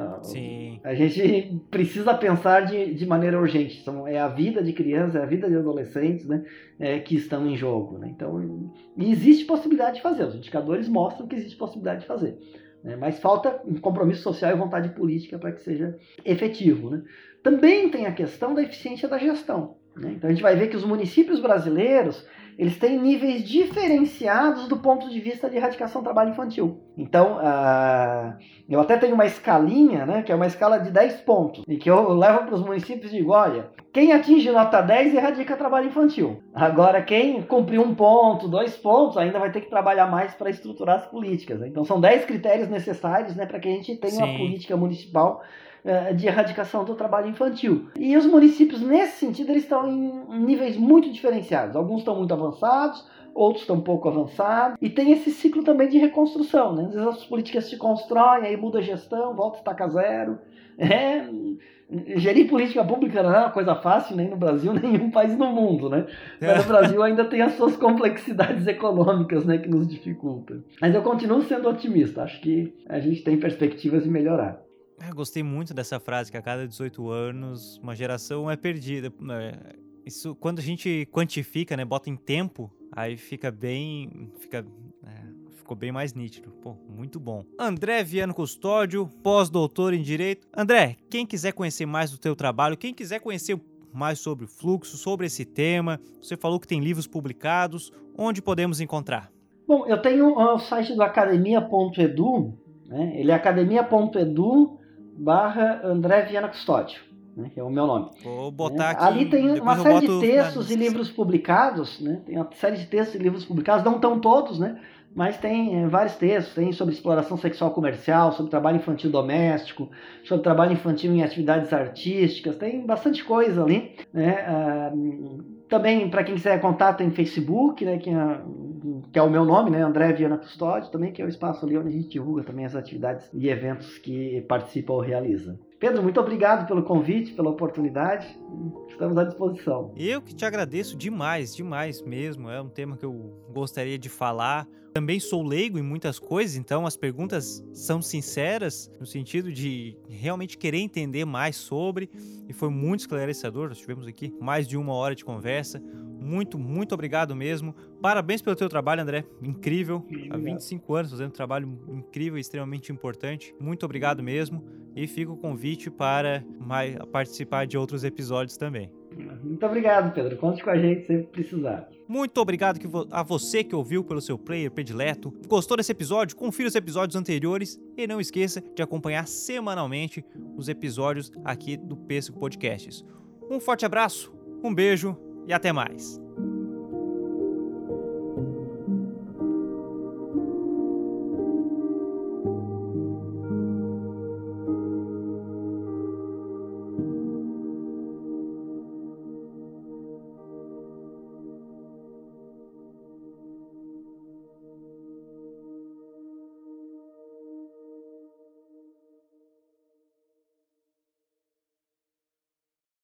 [SPEAKER 2] a gente precisa pensar de maneira urgente. É a vida de crianças, é a vida de adolescentes, né, que estão em jogo, né? Então, e existe possibilidade de fazer. Os indicadores mostram que existe possibilidade de fazer, né? Mas falta um compromisso social e vontade política para que seja efetivo, né? Também tem a questão da eficiência da gestão, né? Então a gente vai ver que os municípios brasileiros, eles têm níveis diferenciados do ponto de vista de erradicação do trabalho infantil. Então, eu até tenho uma escalinha, né, que é uma escala de 10 pontos, e que eu levo para os municípios e digo, olha, quem atinge nota 10 erradica trabalho infantil. Agora, quem cumprir 1 ponto, 2 pontos, ainda vai ter que trabalhar mais para estruturar as políticas, né? Então, são 10 critérios necessários, né, para que a gente tenha uma política municipal de erradicação do trabalho infantil. E os municípios, nesse sentido, eles estão em níveis muito diferenciados. Alguns estão muito avançados, outros estão um pouco avançados, e tem esse ciclo também de reconstrução, né? Às vezes as políticas se constroem, aí muda a gestão, volta a estaca zero. Gerir política pública não é uma coisa fácil, nem no Brasil, nem em nenhum país no mundo, né? Mas no Brasil ainda tem as suas complexidades econômicas, né, que nos dificultam. Mas eu continuo sendo otimista, acho que a gente tem perspectivas de melhorar.
[SPEAKER 1] Eu gostei muito dessa frase, que a cada 18 anos uma geração é perdida. Isso, quando a gente quantifica, né, bota em tempo, aí ficou bem mais nítido. Pô, muito bom. André Viano Custódio, pós-doutor em Direito. André, quem quiser conhecer mais do teu trabalho, quem quiser conhecer mais sobre o fluxo, sobre esse tema, você falou que tem livros publicados, onde podemos encontrar?
[SPEAKER 2] Bom, eu tenho o site do academia.edu, né? Ele é academia.edu/André Viana Custódio, né? Que é o meu nome.
[SPEAKER 1] Vou botar aqui.
[SPEAKER 2] Ali tem uma série de textos e livros publicados, né? Tem uma série de textos e livros publicados, não estão todos, né? Mas tem vários textos, tem sobre exploração sexual comercial, sobre trabalho infantil doméstico, sobre trabalho infantil em atividades artísticas, tem bastante coisa ali, né? Também, para quem quiser contato, tem Facebook, né? Que é o meu nome, né? André Viana Custódio, também, que é o espaço ali onde a gente divulga também as atividades e eventos que participa ou realiza. Pedro, muito obrigado pelo convite, pela oportunidade. Estamos à disposição.
[SPEAKER 1] Eu que te agradeço demais, demais mesmo. É um tema que eu gostaria de falar. Também sou leigo em muitas coisas, então as perguntas são sinceras, no sentido de realmente querer entender mais sobre, e foi muito esclarecedor. Nós tivemos aqui mais de 1 hora de conversa. Muito, muito obrigado mesmo. Parabéns pelo teu trabalho, André. Incrível. Há 25 anos fazendo um trabalho incrível e extremamente importante. Muito obrigado mesmo. E fica o convite para participar de outros episódios também.
[SPEAKER 2] Muito obrigado, Pedro. Conte com a gente sempre que precisar.
[SPEAKER 1] Muito obrigado a você que ouviu pelo seu player predileto. Gostou desse episódio? Confira os episódios anteriores e não esqueça de acompanhar semanalmente os episódios aqui do Pêssego Podcasts. Um forte abraço, um beijo e até mais.